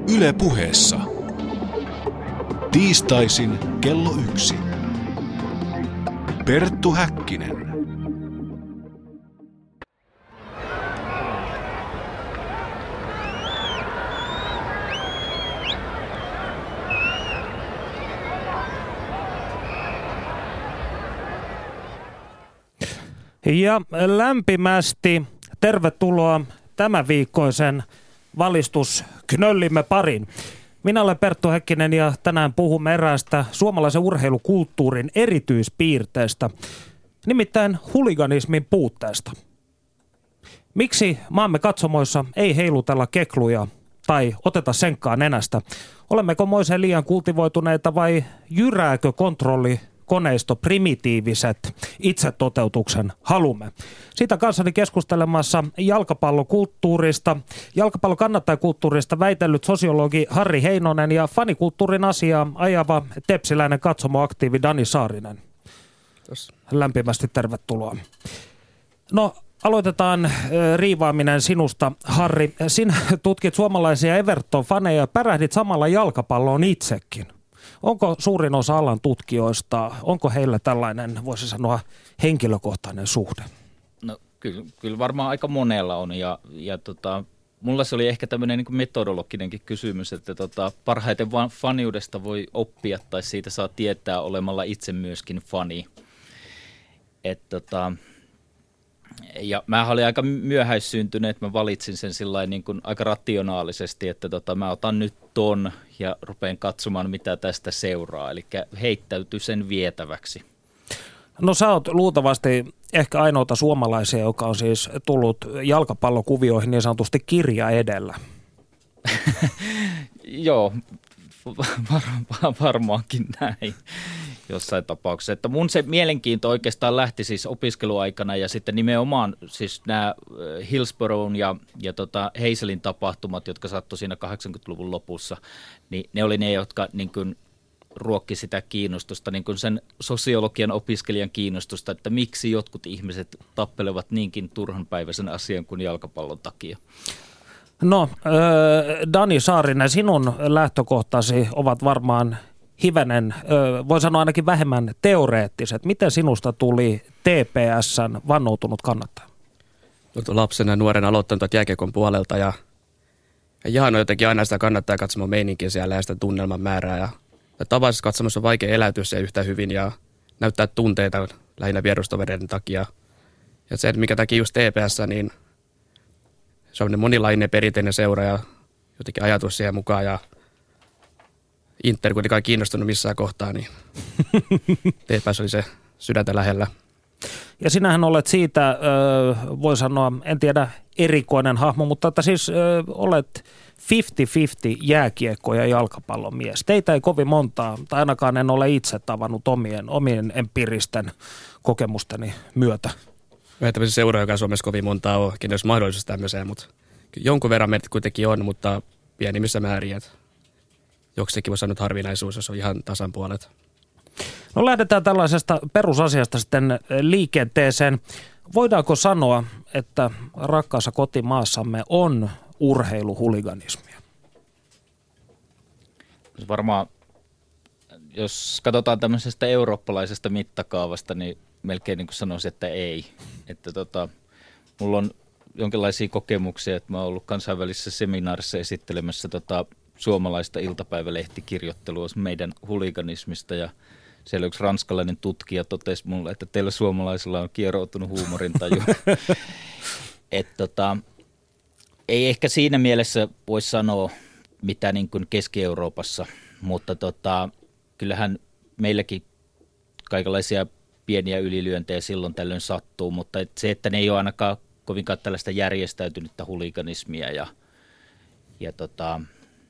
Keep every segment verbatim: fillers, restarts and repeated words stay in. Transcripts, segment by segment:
Yle Puheessa. Tiistaisin kello yksi. Perttu Häkkinen. Ja lämpimästi tervetuloa tämän viikkoisen valistusknöllimme parin. Minä olen Perttu Häkkinen ja tänään puhumme eräästä suomalaisen urheilukulttuurin erityispiirteestä, nimittäin huliganismin puutteesta. Miksi maamme katsomoissa ei heilutella kekluja tai oteta senkkaa nenästä? Olemmeko moisen liian kultivoituneita vai jyrääkö kontrolli koneisto primitiiviset itsetoteutuksen halumme? Siitä kanssani keskustelemassa jalkapallokulttuurista, jalkapallokannattajakulttuurista väitellyt sosiologi Harri Heinonen ja fanikulttuurin asiaa ajava tepsiläinen katsomoaktiivi Dani Saarinen. Tos. Lämpimästi tervetuloa. No, aloitetaan äh, riivaaminen sinusta, Harri. Sinä tutkit suomalaisia Everton-faneja ja pärähdit samalla jalkapalloon itsekin. Onko suurin osa alan tutkijoista, onko heillä tällainen, voisi sanoa, henkilökohtainen suhde? No kyllä, kyllä varmaan aika monella on ja, ja tota, mulla se oli ehkä tämmöinen niin kuin metodologinenkin kysymys, että tota, parhaiten vaan faniudesta voi oppia tai siitä saa tietää olemalla itse myöskin fani. Et tota, ja mä olin aika myöhäissyntynyt, että mä valitsin sen sillain niin kuin aika rationaalisesti, että tota, mä otan nyt ton ja rupean katsomaan, mitä tästä seuraa. Eli heittäytyi sen vietäväksi. No sä oot luultavasti ehkä ainoita suomalaisia, joka on siis tullut jalkapallokuvioihin niin sanotusti kirja edellä. Joo, var- varmaankin näin jossain tapauksessa. Että mun se mielenkiinto oikeastaan lähti siis opiskeluaikana ja sitten nimenomaan siis nämä Hillsboroughn ja, ja tota Hazelin tapahtumat, jotka sattui siinä kahdeksankymmentäluvun lopussa, niin ne oli ne, jotka niin kuin ruokki sitä kiinnostusta, niin kuin sen sosiologian opiskelijan kiinnostusta, että miksi jotkut ihmiset tappelevat niinkin turhanpäiväisen asian kuin jalkapallon takia. No, äh, Dani Saarinen, sinun lähtökohtasi ovat varmaan hivenen, äh, voi sanoa ainakin vähemmän teoreettiset. Miten sinusta tuli T P S:n vannoutunut kannattaja? Lapsena ja nuorena aloittanut jääkiekon puolelta ja, ja jahannut jotenkin aina sitä kannattaa katsomaan meininkiä siellä ja sitä tunnelman määrää. Ja, ja tavallisessa katsomassa on vaikea eläytyä se yhtä hyvin ja näyttää tunteita lähinnä vierustovereiden takia. Ja se, mikä takia just T P S, niin se on monilainen perinteinen seura ja jotenkin ajatus siihen mukaan ja Inter kuitenkaan kiinnostunut missään kohtaa, niin T P S oli se sydäntä lähellä. Ja sinähän olet siitä, voi sanoa, en tiedä erikoinen hahmo, mutta että siis olet viisikymmentä viisikymmentä jääkiekko- ja jalkapallon mies. Teitä ei kovin montaa, tai ainakaan en ole itse tavannut omien, omien empiiristen kokemusteni myötä. Mä en tämmöisen seuraa, joka Suomessa kovin montaa ole, kenen olisi mahdollisuus tämmöiseen, mutta jonkun verran meitä kuitenkin on, mutta pienimmissä määrin. Joksikin voi sanoa, että harvinaisuus, jos on ihan tasan puolet. No lähdetään tällaisesta perusasiasta sitten liikenteeseen. Voidaanko sanoa, että rakkaassa kotimaassamme on urheiluhuliganismia? Varmaan, jos katsotaan tämmöisestä eurooppalaisesta mittakaavasta, niin melkein niin kuin sanoisin, että ei. Että tota, mulla on jonkinlaisia kokemuksia, että mä oon ollut kansainvälisessä seminaarissa esittelemässä tota suomalaista iltapäivälehtikirjoittelua meidän huliganismista ja siellä yksi ranskalainen tutkija totesi mulle, että teillä suomalaisilla on kieroutunut huumorintaju. Että tota, ei ehkä siinä mielessä voi sanoa mitä niin kuin Keski-Euroopassa, mutta tota, kyllähän meilläkin kaikenlaisia pieniä ylilyöntejä silloin tällöin sattuu, mutta et se, että ne ei ole ainakaan kovinkaan tällaista järjestäytynyttä huliganismia ja, ja tota...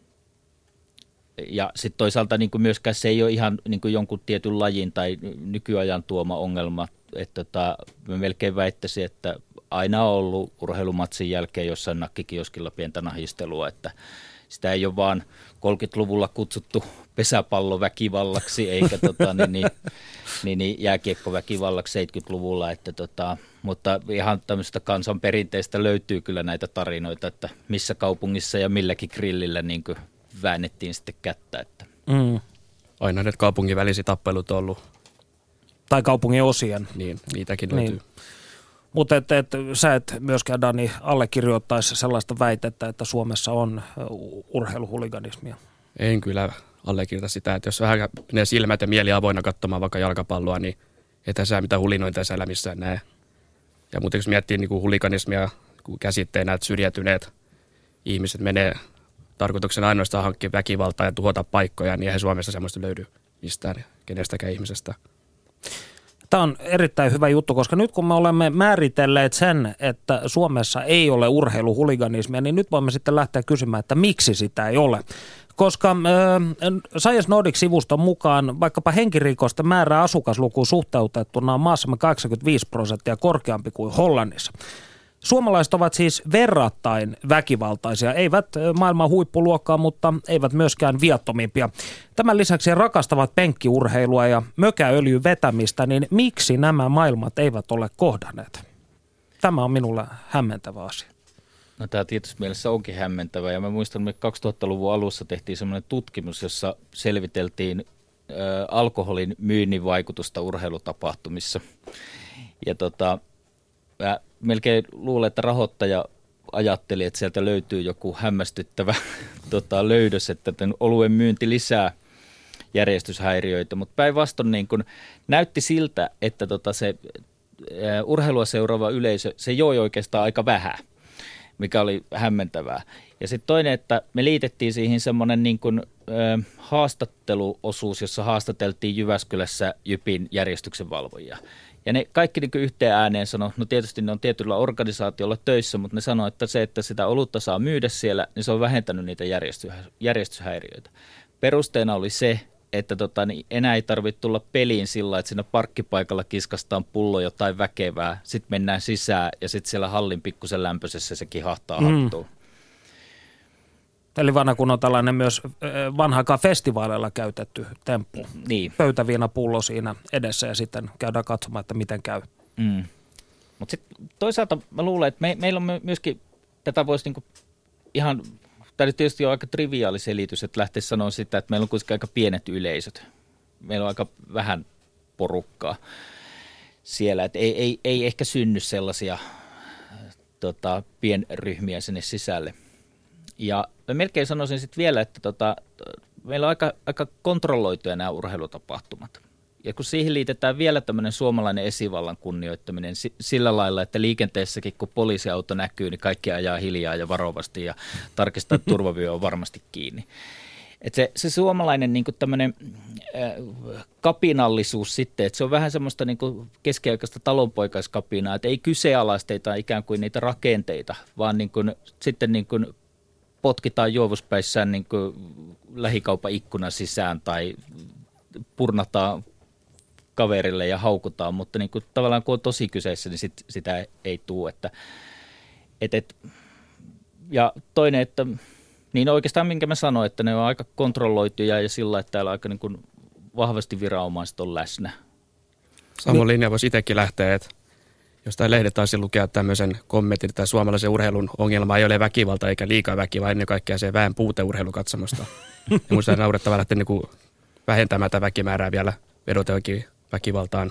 Ja sitten toisaalta niin kuin myöskään se ei ole ihan niin kuin jonkun tietyn lajin tai nykyajan tuoma ongelma. Että tota, mä melkein väittäisin, että aina on ollut urheilumatsin jälkeen jossain nakkikioskilla pientä nahistelua. Että sitä ei ole vaan kolmekymmentäluvulla kutsuttu pesäpalloväkivallaksi eikä tota, niin, niin, niin, niin jääkiekkoväkivallaksi seitsemänkymmentäluvulla. Että tota, mutta ihan tämmöistä kansanperinteistä löytyy kyllä näitä tarinoita, että missä kaupungissa ja milläkin grillillä niin kuin väännettiin sitten kättä. Että. Mm. Aina ne kaupungin välisiä tappelut on ollut. Tai kaupungin osien. Niin, niitäkin löytyy. Niin. Mutta et, et, sä et myöskään, Dani, allekirjoittaisi sellaista väitettä, että Suomessa on urheiluhuliganismia. En kyllä allekirjoita sitä, että jos vähän ne silmät ja mieli avoinna katsomaan vaikka jalkapalloa, niin ei tässä mitään hulinointia siellä missään näe. Ja muuten jos miettii niin kuin huliganismia käsitteenä, että syrjäytyneet ihmiset menee tarkoituksena ainoastaan hankkia väkivaltaa ja tuhota paikkoja, niin eihän Suomessa semmoista löydy mistään kenestäkään ihmisestä. Tämä on erittäin hyvä juttu, koska nyt kun me olemme määritelleet sen, että Suomessa ei ole urheiluhuliganismia, niin nyt voimme sitten lähteä kysymään, että miksi sitä ei ole. Koska äh, Science Nordic-sivuston mukaan vaikkapa henkirikosten määrä asukaslukuun suhteutettuna on maassamme kahdeksankymmentäviisi prosenttia korkeampi kuin Hollannissa. Suomalaiset ovat siis verrattain väkivaltaisia, eivät maailman huippuluokkaa, mutta eivät myöskään viattomimpia. Tämän lisäksi he rakastavat penkkiurheilua ja mökäöljyn vetämistä, niin miksi nämä maailmat eivät ole kohdanneet? Tämä on minulle hämmentävä asia. No tämä tietysti mielessä onkin hämmentävä ja mä muistan, että kaksituhattaluvun alussa tehtiin semmoinen tutkimus, jossa selviteltiin ä, alkoholin myynnin vaikutusta urheilutapahtumissa. Ja tota, mä melkein luulen, että rahoittaja ajatteli, että sieltä löytyy joku hämmästyttävä tota, löydös, että tämän oluen myynti lisää järjestyshäiriöitä, mutta päinvastoin niin kun näytti siltä, että tota, se ä, urheilua seuraava yleisö, se joi oikeastaan aika vähän, mikä oli hämmentävää. Ja sitten toinen, että me liitettiin siihen semmoinen niin kuin ö, haastatteluosuus, jossa haastateltiin Jyväskylässä Jypin järjestyksenvalvojia. Ja ne kaikki niin kuin yhteen ääneen sanoi, no tietysti ne on tietyllä organisaatiolla töissä, mutta ne sanoi, että se, että sitä olutta saa myydä siellä, niin se on vähentänyt niitä järjestyshäiriöitä. Perusteena oli se, että tota, niin enää ei tarvitse tulla peliin sillä, että siinä parkkipaikalla kiskastaan pullo jotain väkevää, sitten mennään sisään ja sitten siellä hallin pikkusen lämpöisessä se kihahtaa mm. hattuun. Eli vanha kun on tällainen myös vanhaakaan festivaaleilla käytetty temppu. Niin. Pöytäviinapullo siinä edessä ja sitten käydään katsomaan, että miten käy. Mm. Mutta sitten toisaalta mä luulen, että me, meillä on myöskin, tätä voisi niinku ihan, tämä tietysti on aika triviaali selitys, että lähtee sanoa sitä, että meillä on kuitenkin aika pienet yleisöt. Meillä on aika vähän porukkaa siellä, että ei, ei, ei ehkä synny sellaisia tota, pienryhmiä sinne sisälle. Ja mä melkein sanoisin sitten vielä, että tota, meillä on aika, aika kontrolloituja nämä urheilutapahtumat. Ja kun siihen liitetään vielä tämmöinen suomalainen esivallan kunnioittaminen sillä lailla, että liikenteessäkin kun poliisiauto näkyy, niin kaikki ajaa hiljaa ja varovasti ja tarkistaa, että turvavyö on varmasti kiinni. Että se, se suomalainen niin kuin tämmöinen äh, kapinallisuus sitten, että se on vähän semmoista niin kuin keskiaikaista talonpoikaiskapinaa, että ei kyseenalaisteita ikään kuin niitä rakenteita, vaan niin kuin, sitten niin kuin potkitaan juovuspäissään niin kuin lähikaupan ikkunan sisään tai purnataan kaverille ja haukutaan, mutta niin kuin tavallaan kun on tosi kyseessä, niin sit, sitä ei tule. Että, et, et, ja toinen, että niin oikeastaan minkä mä sanoin, että ne on aika kontrolloituja ja sillä, että täällä aika niin kuin vahvasti viranomaiset on läsnä. Samoin linja voisi itsekin lähteä, että jos tämä lehdet taisi lukea tämmöisen kommentin, että suomalaisen urheilun ongelma ei ole väkivalta eikä liikaa väkivalta, ennen kaikkea se väen puute urheilukatsomosta. Ja muista on naurettavaa lähteä niin vähentämään tätä väkimäärää vielä vedotenkin väkivaltaan.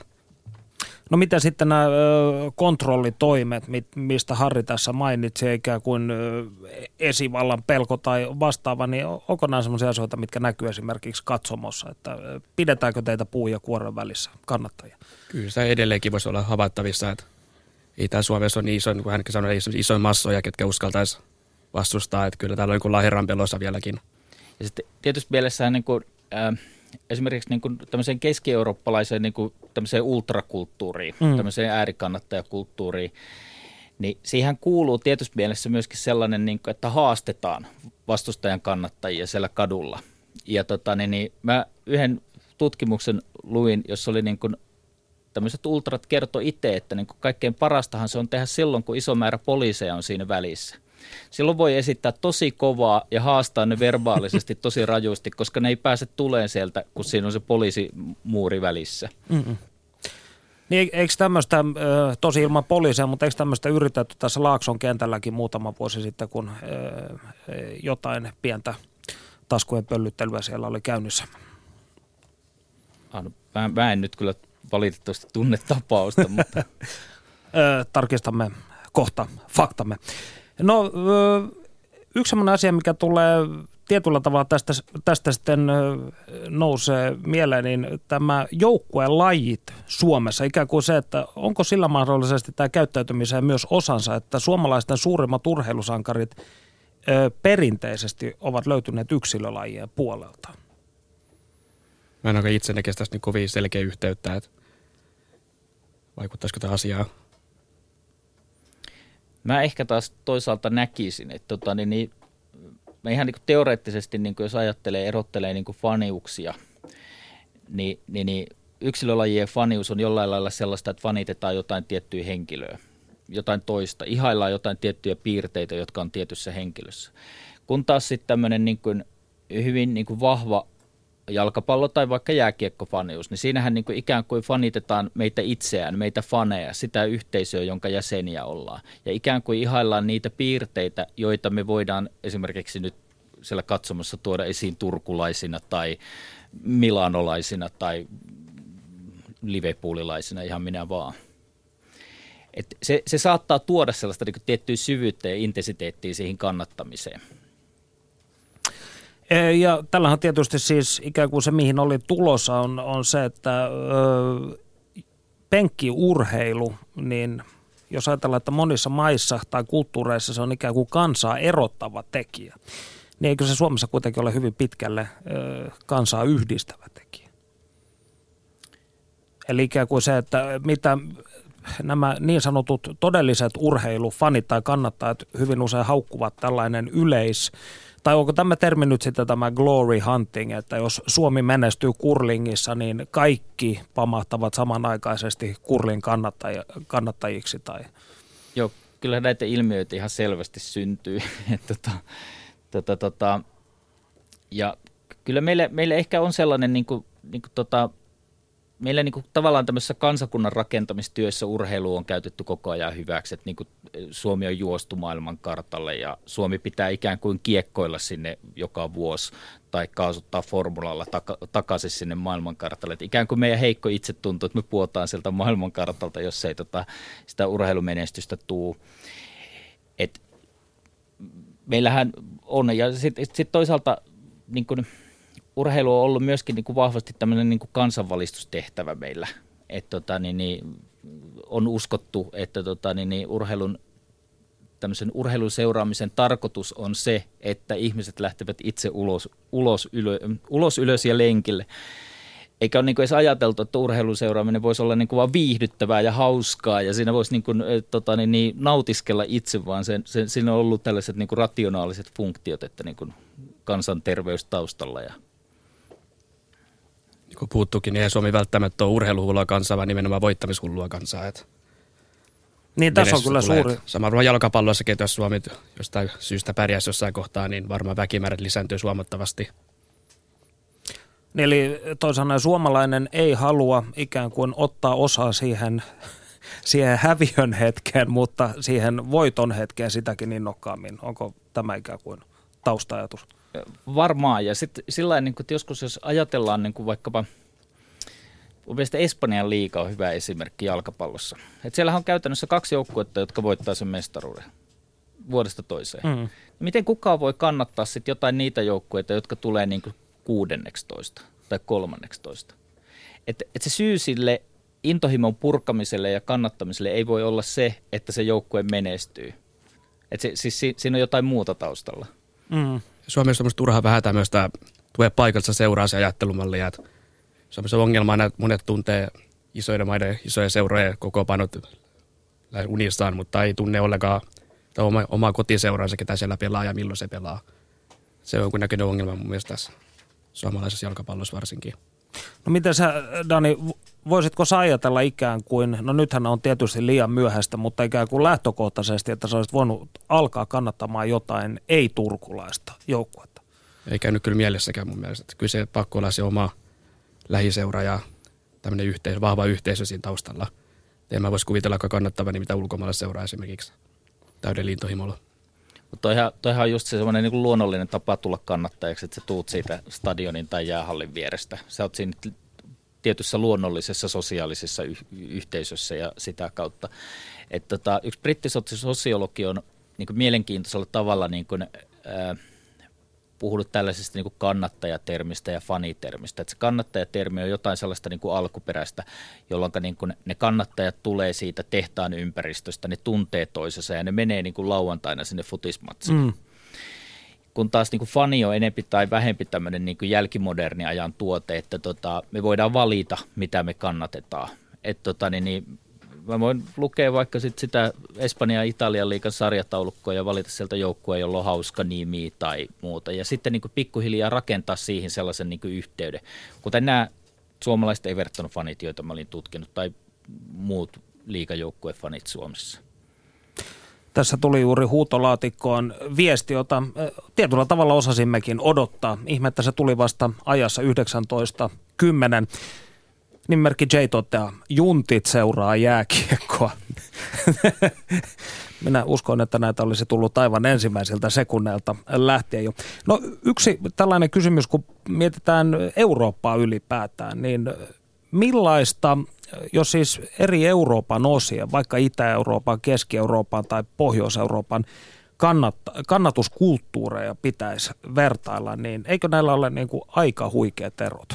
No mitä sitten nämä ö, kontrollitoimet, mistä Harri tässä mainitsi, ikään kuin ö, esivallan pelko tai vastaava, niin onko nämä sellaisia asioita, mitkä näkyy esimerkiksi katsomossa, että ö, pidetäänkö teitä puun ja kuoren välissä kannattajia? Kyllä se edelleenkin voisi olla havaittavissa, että ei tämä Suomessa ole niin iso, niin kuin hänkin sanoi, isoja massoja, ketkä uskaltaisi vastustaa, että kyllä täällä on niin lahjeran pelossa vieläkin. Ja sitten tietysti mielessään niin kuin, äh, esimerkiksi niin kuin tämmöiseen keski-eurooppalaiseen niin kuin tämmöiseen ultrakulttuuriin, mm. tämmöiseen äärikannattajakulttuuriin, niin siihen kuuluu tietysti mielessä myöskin sellainen, niin kuin, että haastetaan vastustajan kannattajia siellä kadulla. Ja tota, niin, niin mä yhden tutkimuksen luin, jossa oli niin kuin tämmöiset ultrat kertoi itse, että niin kuin kaikkein parastahan se on tehdä silloin, kun iso määrä poliiseja on siinä välissä. Silloin voi esittää tosi kovaa ja haastaa ne verbaalisesti tosi rajusti, koska ne ei pääse tuleen sieltä, kun siinä on se poliisimuuri välissä. Mm-mm. Niin eikö tämmöistä, tosi ilman poliisia, mutta eikö tämmöistä yritetty tässä Laakson kentälläkin muutama vuosi sitten, kun jotain pientä taskujen pöllyttelyä siellä oli käynnissä? Ah, no, mä, mä en nyt kyllä valitettavasti tunne tapausta, mutta... Ö, tarkistamme kohta faktamme. No ö, yksi sellainen asia, mikä tulee tietyllä tavalla tästä, tästä sitten nousee mieleen, niin tämä joukkueen lajit Suomessa, ikään kuin se, että onko sillä mahdollisesti tämä käyttäytymiseen myös osansa, että suomalaisten suurimmat urheilusankarit ö, perinteisesti ovat löytyneet yksilölajien puolelta? Mä en oikein itse näkisi tästä niin kovin selkeä yhteyttä, että vaikuttaisiko tämä asiaa. Mä ehkä taas toisaalta näkisin, että tota, niin, niin, mä ihan niin kuin teoreettisesti, niin kuin jos ajattelee, erottelee niin kuin faniuksia, niin, niin, niin yksilölajien fanius on jollain lailla sellaista, että fanitetaan jotain tiettyä henkilöä, jotain toista, ihaillaan jotain tiettyjä piirteitä, jotka on tietyssä henkilössä. Kun taas sitten tämmöinen niin kuin hyvin niin kuin vahva jalkapallo tai vaikka jääkiekkofanius, niin siinähän niin kuin ikään kuin fanitetaan meitä itseään, meitä faneja, sitä yhteisöä, jonka jäseniä ollaan. Ja ikään kuin ihaillaan niitä piirteitä, joita me voidaan esimerkiksi nyt siellä katsomassa tuoda esiin turkulaisina tai milanolaisina tai liverpoolilaisina, ihan minä vaan. Et se, se saattaa tuoda sellaista niin kuin tiettyä syvyyttä ja intensiteettiä siihen kannattamiseen. Ja tällähän tietysti siis ikään kuin se, mihin oli tulossa, on, on se, että ö, penkkiurheilu, niin jos ajatellaan, että monissa maissa tai kulttuureissa se on ikään kuin kansaa erottava tekijä, niin eikö se Suomessa kuitenkin ole hyvin pitkälle ö, kansaa yhdistävä tekijä? Eli ikään kuin se, että mitä nämä niin sanotut todelliset urheilufanit tai kannattajat hyvin usein haukkuvat tällainen yleis- tai onko tämä termi nyt sitten tämä glory hunting, että jos Suomi menestyy curlingissa, niin kaikki pamahtavat samanaikaisesti curling kannattajiksi? Tai? Joo, kyllä näitä ilmiöitä ihan selvästi syntyy. tota, tota, tota, ja kyllä meillä, meillä ehkä on sellainen, niin kuin, niin kuin tota, meillä niin kuin tavallaan tämmöisessä kansakunnan rakentamistyössä urheilu on käytetty koko ajan hyväksi, että niin kuin Suomi on juostu maailman kartalle ja Suomi pitää ikään kuin kiekkoilla sinne joka vuosi tai kaasuttaa formulalla taka- takaisin sinne maailmankartalle. Että ikään kuin meidän heikko itse tuntuu, että me puhutaan sieltä maailmankartalta, jos ei tota, sitä urheilumenestystä tuu. Et meillähän on, ja sitten sit toisaalta niin kuin urheilu on ollut myöskin niin kuin vahvasti tämmöinen niin kuin kansanvalistustehtävä meillä. Et tota, niin, niin, on uskottu, että tota, niin, niin, urheilun, tämmöisen urheilun seuraamisen tarkoitus on se, että ihmiset lähtevät itse ulos, ulos, ylö, ulos ylös ja lenkille. Eikä ole niin kuin edes ajateltu, että urheilun seuraaminen voisi olla niin kuin vaan viihdyttävää ja hauskaa ja siinä voisi niin kuin, tota, niin, niin, nautiskella itse, vaan se, se, siinä on ollut tällaiset niin kuin rationaaliset funktiot, että niin kuin kansanterveys taustalla ja niin kuin puuttuukin, niin ei Suomi välttämättä ole urheiluhullua kansaa, vaan nimenomaan voittamishullua kansaa. Että niin tässä on kyllä tulee, suuri. Samalla jalkapallossakin, että jos Suomi jostain syystä pärjäisi jossain kohtaa, niin varmaan väkimäärät lisääntyy huomattavasti. Eli toisaalta suomalainen ei halua ikään kuin ottaa osaa siihen, siihen häviön hetkeen, mutta siihen voiton hetkeen sitäkin innokkaammin. Onko tämä ikään kuin tausta-ajatus? Varmaan, ja sitten sillä tavalla, niin että joskus jos ajatellaan niin kuin vaikkapa, mun mielestä Espanjan liiga on hyvä esimerkki jalkapallossa. Et siellähän on käytännössä kaksi joukkuetta, jotka voittaa sen mestaruuden vuodesta toiseen. Mm. Miten kukaan voi kannattaa sitten jotain niitä joukkueita, jotka tulee niin kuin kuudenneksitoista tai kolmannekstoista? Että et se syy sille intohimon purkamiselle ja kannattamiselle ei voi olla se, että se joukkue menestyy. Et se, siis si, siinä on jotain muuta taustalla. Mm. Suomessa on turha vähän tämmöistä tue paikallista seuraa se ajattelumallia. Suomessa ongelma on, että monet tuntee isoiden maiden, isojen seurojen kokoonpanot unissaan, mutta ei tunne ollenkaan oma, omaa kotiseuransa, ketä siellä pelaa ja milloin se pelaa. Se on jonkunnäköinen ongelma mun mielestä tässä suomalaisessa jalkapallossa varsinkin. No miten sä, Dani, voisitko sä ajatella ikään kuin, no nythän on tietysti liian myöhäistä, mutta ikään kuin lähtökohtaisesti, että sä olisit voinut alkaa kannattamaan jotain ei-turkulaista joukkuetta? Ei käynyt kyllä mielessäkään mun mielestä. Kyllä se pakko olla se oma lähiseura ja tämmöinen yhteisö, vahva yhteisö siinä taustalla. En mä voisi kuvitellakaan kannattavani mitä ulkomailla seuraa esimerkiksi täyden intohimolla. Mutta toihan, toihan on just se semmoinen niin kuin luonnollinen tapa tulla kannattajaksi, että sä tuut siitä stadionin tai jäähallin vierestä. Sä oot siinä tietyssä luonnollisessa sosiaalisessa y- yhteisössä ja sitä kautta. Et tota, yksi brittisosiologi on niin kuin mielenkiintoisella tavalla niin kuin, ää, puhunut tällaisesta niin kuin kannattajatermistä ja fanitermistä. Et se kannattajatermi on jotain sellaista niin kuin alkuperäistä, jolloin niin kuin ne kannattajat tulee siitä tehtaan ympäristöstä, ne tuntee toisensa ja ne menee niin kuin lauantaina sinne futismatsiin. Mm. Kun taas niin kuin fani on enempi tai vähempi tämmöinen niin kuin jälkimoderni ajan tuote, että tota, me voidaan valita, mitä me kannatetaan. Et tota, niin, niin, mä voin lukea vaikka sit sitä Espanjan ja Italian liigan sarjataulukkoa ja valita sieltä joukkueen, jolla on hauska nimi tai muuta. Ja sitten niin kuin pikkuhiljaa rakentaa siihen sellaisen niin kuin yhteyden. Kuten nämä suomalaiset Everton-fanit, joita mä olin tutkinut, tai muut liigajoukkuefanit Suomessa. Tässä tuli juuri huutolaatikkoon viesti, jota tietyllä tavalla osasimmekin odottaa. Ihme, että se tuli vasta ajassa yhdeksäntoista kymmenen. Nimimerkki J toteaa, juntit seuraa jääkiekkoa. Minä uskon, että näitä olisi tullut aivan ensimmäisiltä sekunneilta lähtien jo. No yksi tällainen kysymys, kun mietitään Eurooppaa ylipäätään, niin millaista, jos siis eri Euroopan osia, vaikka Itä-Euroopan, Keski-Euroopan tai Pohjois-Euroopan kannat- kannatuskulttuureja pitäisi vertailla, niin eikö näillä ole niin kuin aika huikeat erot?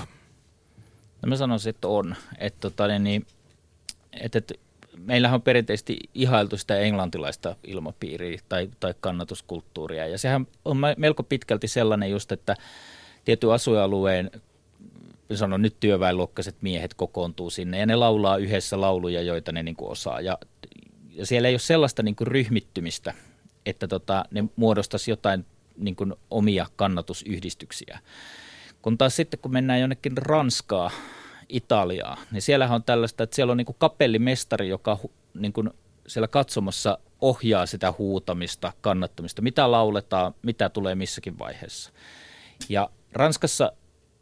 No mä sanoisin, että on. Että, tota, niin, että, että meillähän on perinteisesti ihailtu sitä englantilaista ilmapiiriä tai, tai kannatuskulttuuria. Ja sehän on melko pitkälti sellainen just, että tietyn asuinalueen, sanon nyt työväenluokkaiset miehet kokoontuu sinne ja ne laulaa yhdessä lauluja, joita ne niin kuin osaa. Ja, ja siellä ei ole sellaista niin kuin ryhmittymistä, että tota, ne muodostaisi jotain niin kuin omia kannatusyhdistyksiä. Kun taas sitten, kun mennään jonnekin Ranskaa, Italiaa, niin siellähän on tällaista, että siellä on niin kuin kapellimestari, joka niin kuin siellä katsomassa ohjaa sitä huutamista, kannattamista, mitä lauletaan, mitä tulee missäkin vaiheessa. Ja Ranskassa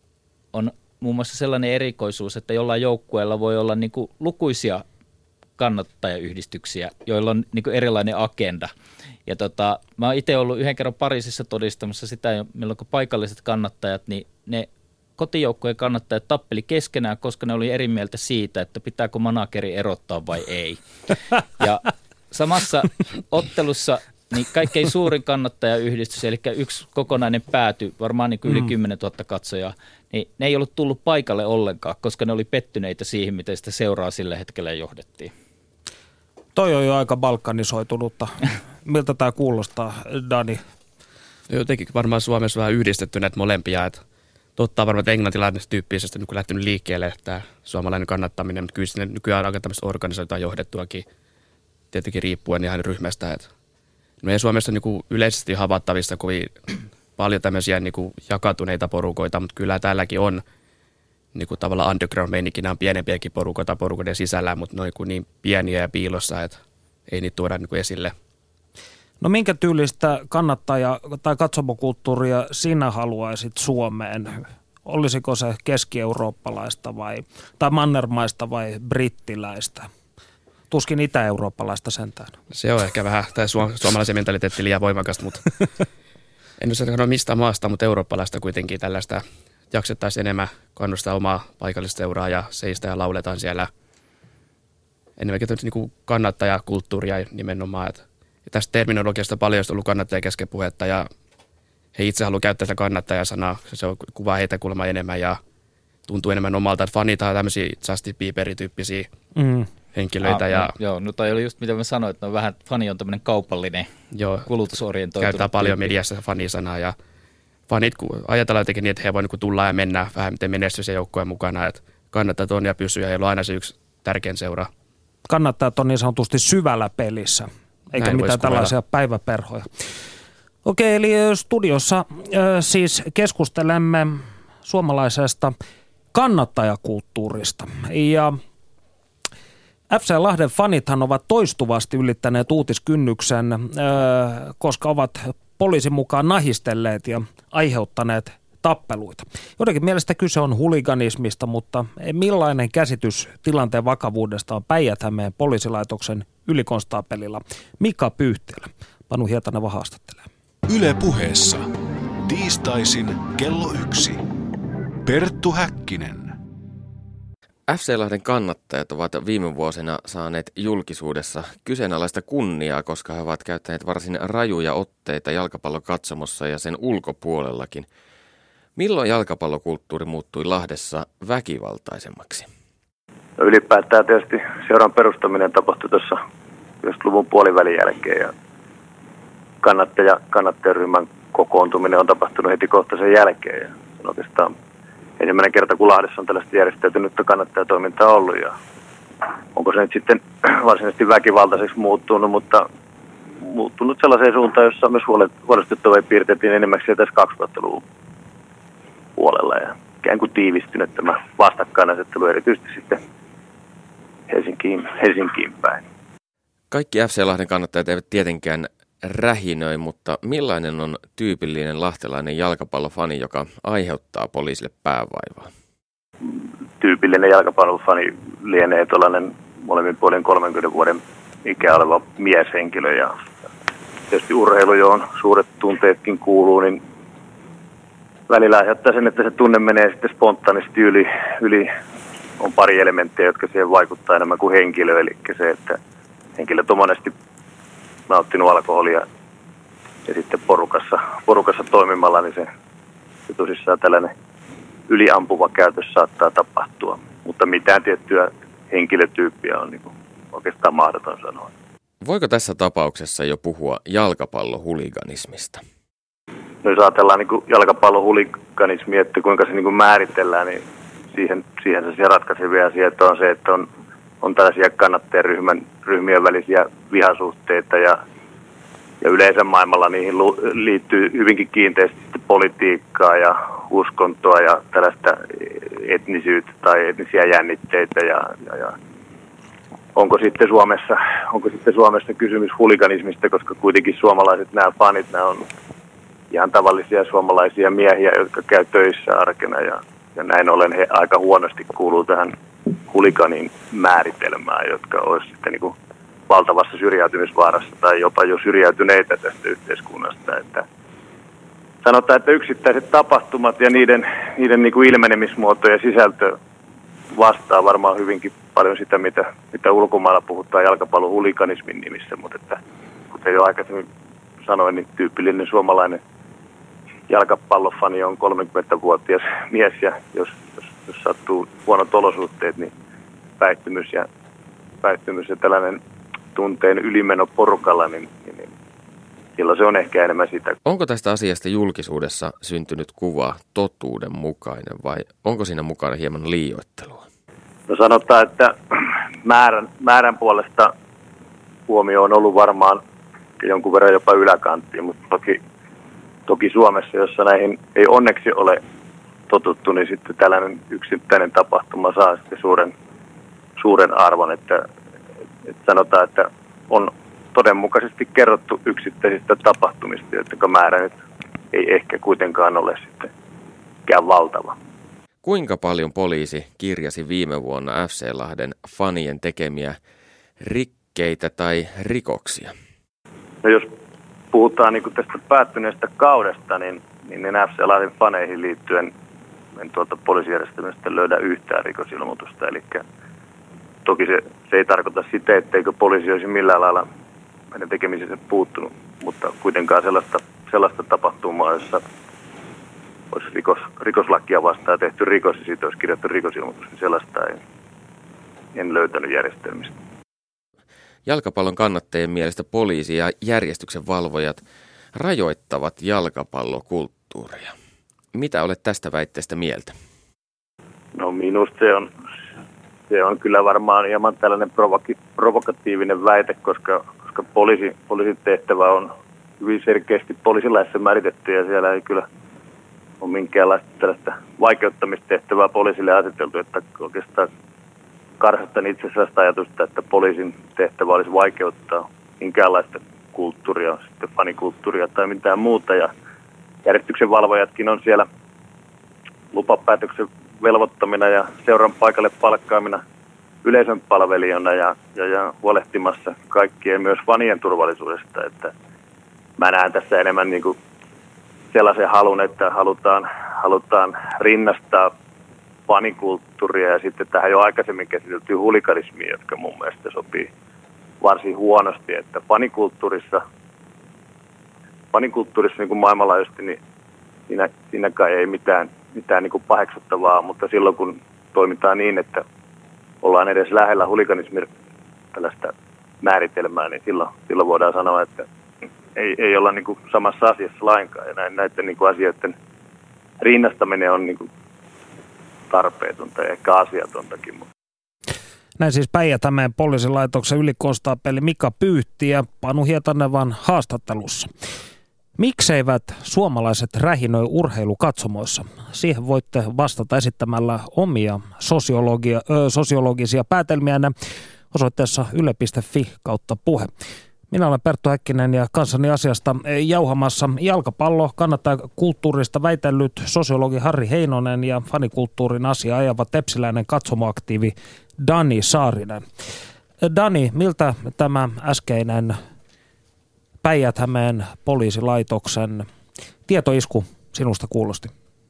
on muun muassa sellainen erikoisuus, että jollain joukkueella voi olla niin kuin lukuisia kannattajayhdistyksiä, joilla on niin kuin erilainen agenda. Ja tota, mä oon itse ollut yhden kerran Pariisissa todistamassa sitä, milloin paikalliset kannattajat, niin ne kotijoukkojen kannattajat tappeli keskenään, koska ne oli eri mieltä siitä, että pitääkö manageri erottaa vai ei. Ja samassa ottelussa niin kaikkein suurin kannattajayhdistys, eli yksi kokonainen pääty, varmaan niin kuin yli kymmenen tuhatta katsojaa, niin ne ei ollut tullut paikalle ollenkaan, koska ne oli pettyneitä siihen, miten sitä seuraa sillä hetkellä johdettiin. Toi on jo aika balkanisoitunutta. Miltä tämä kuulostaa, Dani? Jotenkin varmaan Suomessa vähän yhdistetty näitä molempia. Että totta on varmaan, että englantilainen tyyppisesti on lähtenyt liikkeelle, että suomalainen kannattaminen, mutta kyllä nykyään aika tämmöistä organisoitua johdettuakin, tietenkin riippuen ihan ryhmästä. Että no ei Suomessa niin yleisesti havaittavissa kovin paljon tämmöisiä niin jakautuneita porukoita, mutta kyllä täälläkin on niin kuin tavallaan underground-meininki, nämä on pienempiäkin porukoita porukoiden sisällä, mutta ne on niin pieniä ja piilossa, että ei niitä tuoda niin esille. No minkä tyylistä kannattaja- tai katsomokulttuuria sinä haluaisit Suomeen? Olisiko se keski-eurooppalaista vai, tai mannermaista vai brittiläistä? Tuskin itä-eurooppalaista sentään. Se on ehkä vähän, tai su- suomalaisen mentaliteetti liian voimakasta, mutta en ole mistä maasta, mutta eurooppalaista kuitenkin tällaista jaksettaisiin enemmän kannustaa omaa paikallista seuraa ja seistä ja lauletaan siellä enemmänkin niin kannattajakulttuuria nimenomaan. Että ja tästä terminologiasta paljon on ollut kannattajien kesken puhetta ja he itse haluavat käyttää sitä kannattajasanaa. Se on kuvaa heitä kuulemma enemmän ja tuntuu enemmän omalta, että fanit on tämmöisiä Justin Bieber-tyyppisiä mm. henkilöitä. Ah, ja, no, joo, no toi oli just mitä mä sanoin, että no vähän fani on tämmöinen kaupallinen, joo, kulutusorientoitunut. Käyttää paljon mediassa fanisanaa ja fanit ajatellaan jotenkin niin, että he voi niin tulla ja mennä vähän miten menestys ja joukkojen mukana, että kannattaa on ja pysyä ja heillä on aina se yksi tärkein seura. Kannattaa on niin sanotusti syvällä pelissä, eikä näin mitään tällaisia päiväperhoja. Okei, eli studiossa äh, siis keskustelemme suomalaisesta kannattajakulttuurista. Ja F C Lahden fanithan ovat toistuvasti ylittäneet uutiskynnyksen, äh, koska ovat poliisin mukaan nahistelleet ja aiheuttaneet tappeluita. Joidenkin mielestä kyse on huliganismista, mutta millainen käsitys tilanteen vakavuudesta on Päijät-Hämeen poliisilaitoksen ylikonstaapelilla Mika Pyyhtiöllä? Panu Hietaneva haastattelee. Yle Puheessa. Tiistaisin kello yksi. Perttu Häkkinen. F C-Lahden kannattajat ovat viime vuosina saaneet julkisuudessa kyseenalaista kunniaa, koska he ovat käyttäneet varsin rajuja otteita jalkapallokatsomossa ja sen ulkopuolellakin. Milloin jalkapallokulttuuri muuttui Lahdessa väkivaltaisemmaksi? No ylipäätään tietysti seuran perustaminen tapahtui tuossa yhdeksänkymmentäluvun puolivälin jälkeen ja kannattaja, kannattajaryhmän kokoontuminen on tapahtunut heti kohta sen jälkeen. Ja on oikeastaan ensimmäinen kerta, kun Lahdessa on tällaista järjestäytynyttä kannattajatoimintaa ollut. Ja onko se nyt sitten varsinaisesti väkivaltaiseksi muuttunut, mutta muuttunut sellaiseen suuntaan, jossa on myös huolestuttavia piirteitä enemmäksi tässä kaksituhattaluvun puolella. Ja ikään kuin tiivistynyt tämä vastakkainasettelu erityisesti sitten Helsinkiin, Helsinkiin päin. Kaikki F C-Lahden kannattajat eivät tietenkään rähinöi, mutta millainen on tyypillinen lahtelainen jalkapallofani, joka aiheuttaa poliisille päävaivaa? Tyypillinen jalkapallofani lienee tuollainen molemmin puolin kolmenkymmenen vuoden ikä oleva mieshenkilö. Ja tietysti urheilu, johon suuret tunteetkin kuuluu, niin välillä aiheuttaa sen, että se tunne menee sitten spontaanisti yli. yli. On pari elementtiä, jotka siihen vaikuttaa enemmän kuin henkilö, eli se, että henkilö on monesti nauttinut alkoholia ja sitten porukassa, porukassa toimimalla, niin se, se tosissaan tällainen yliampuva käytös saattaa tapahtua. Mutta mitään tiettyä henkilötyyppiä on niin kuin oikeastaan mahdoton sanoa. Voiko tässä tapauksessa jo puhua jalkapallohuliganismista? No jos ajatellaan niin kuin jalkapallohuliganismia, että kuinka se niin kuin määritellään, niin siihen, siihen se ratkaisevia asioita on se, että on On tällaisia kannattajaryhmän ryhmien välisiä vihasuhteita ja, ja yleensä maailmalla niihin liittyy hyvinkin kiinteästi politiikkaa ja uskontoa ja tällaista etnisyyttä tai etnisiä jännitteitä. Ja, ja, ja. Onko, sitten Suomessa, onko sitten Suomessa kysymys huliganismista, koska kuitenkin suomalaiset nämä fanit, nämä on ihan tavallisia suomalaisia miehiä, jotka käy töissä arkena ja, ja näin ollen he aika huonosti kuuluu tähän hulikanin määritelmää, jotka olisi sitten niin kuin valtavassa syrjäytymisvaarassa tai jopa jo syrjäytyneitä tästä yhteiskunnasta. Että sanotaan, että yksittäiset tapahtumat ja niiden, niiden niin kuin ilmenemismuoto ja sisältö vastaa varmaan hyvinkin paljon sitä, mitä, mitä ulkomailla puhutaan jalkapallohuliganismin nimissä, mutta että, kuten jo aikaisemmin sanoin, niin tyypillinen suomalainen jalkapallofani on kolmekymmentävuotias mies ja jos, jos, jos sattuu huonot olosuhteet, niin päihtymys ja, päihtymys ja tällainen tunteen ylimeno porukalla, niin, niin, niin silloin se on ehkä enemmän sitä. Onko tästä asiasta julkisuudessa syntynyt kuva totuudenmukainen vai onko siinä mukana hieman liioittelua? No sanotaan, että määrän, määrän puolesta huomio on ollut varmaan jonkun verran jopa yläkanttiin, mutta toki Toki Suomessa, jossa näihin ei onneksi ole totuttu, niin sitten tällainen yksittäinen tapahtuma saa sitten suuren, suuren arvon. Että, että sanotaan, että on todenmukaisesti kerrottu yksittäisistä tapahtumista, jotka määrä nyt ei ehkä kuitenkaan ole sittenkään valtava. Kuinka paljon poliisi kirjasi viime vuonna F C-Lahden fanien tekemiä rikkeitä tai rikoksia? No jos puhutaan niin kuin tästä päättyneestä kaudesta, niin, niin, niin F C-Lahden faneihin liittyen en tuolta poliisijärjestelmästä löydä yhtään rikosilmoitusta. Eli toki se, se ei tarkoita sitä, etteikö poliisi olisi millään lailla meidän tekemisessä puuttunut, mutta kuitenkaan sellaista, sellaista tapahtumaa, jossa olisi rikos, rikoslakia vastaan tehty rikos ja siitä olisi kirjattu rikosilmoitus, niin sellaista ei, en löytänyt järjestelmistä. Jalkapallon kannattajien mielestä poliisi ja järjestyksen valvojat rajoittavat jalkapallokulttuuria. Mitä olet tästä väitteestä mieltä? No minusta se on, se on kyllä varmaan hieman tällainen provoki, provokatiivinen väite, koska, koska poliisi, poliisin tehtävä on hyvin selkeästi poliisilaissa määritetty ja siellä ei kyllä ole minkäänlaista tällaista vaikeuttamistehtävää poliisille aseteltu, että oikeastaan karsastan itse asiassa ajatusta, että poliisin tehtävä olisi vaikeuttaa minkäänlaista kulttuuria, sitten fanikulttuuria tai mitään muuta. Ja järjestyksen valvojatkin on siellä lupapäätöksen velvoittamina ja seuran paikalle palkkaamina yleisön palvelijana ja, ja, ja huolehtimassa kaikkien myös fanien turvallisuudesta. Että mä näen tässä enemmän niin kuin sellaisen halun, että halutaan, halutaan rinnastaa fanikulttuuria ja sitten tähän jo aikaisemmin käsiteltyä huliganismia, jotka mun mielestä sopii varsin huonosti, että fanikulttuurissa, fanikulttuurissa niin kuin maailmanlaajuisesti, niin siinä, siinäkään ei mitään, mitään niin kuin paheksuttavaa, mutta silloin kun toimitaan niin, että ollaan edes lähellä huliganismin tällaista määritelmää, niin silloin, silloin voidaan sanoa, että ei, ei olla niin kuin samassa asiassa lainkaan. Ja näin, näiden niin kuin asioiden rinnastaminen on niin kuin tarpeetonta ja ehkä asiatontakin. Näin siis Päijät-Hämeen poliisilaitoksen ylikonstaapeli Mika Pyyhti ja Panu Hietanevan haastattelussa. Mikseivät suomalaiset rähinöi urheilukatsomoissa? Siihen voitte vastata esittämällä omia sosiologia, ö, sosiologisia päätelmiänne osoitteessa yle piste fi kautta puhe. Minä olen Perttu Häkkinen ja kanssani asiasta jauhamassa jalkapallo kannattaa kulttuurista väitellyt sosiologi Harri Heinonen ja fanikulttuurin asia ajava tepsiläinen katsomoaktiivi Dani Saarinen. Dani, miltä tämä äskeinen Päijät-Hämeen poliisilaitoksen tietoisku sinusta kuulosti?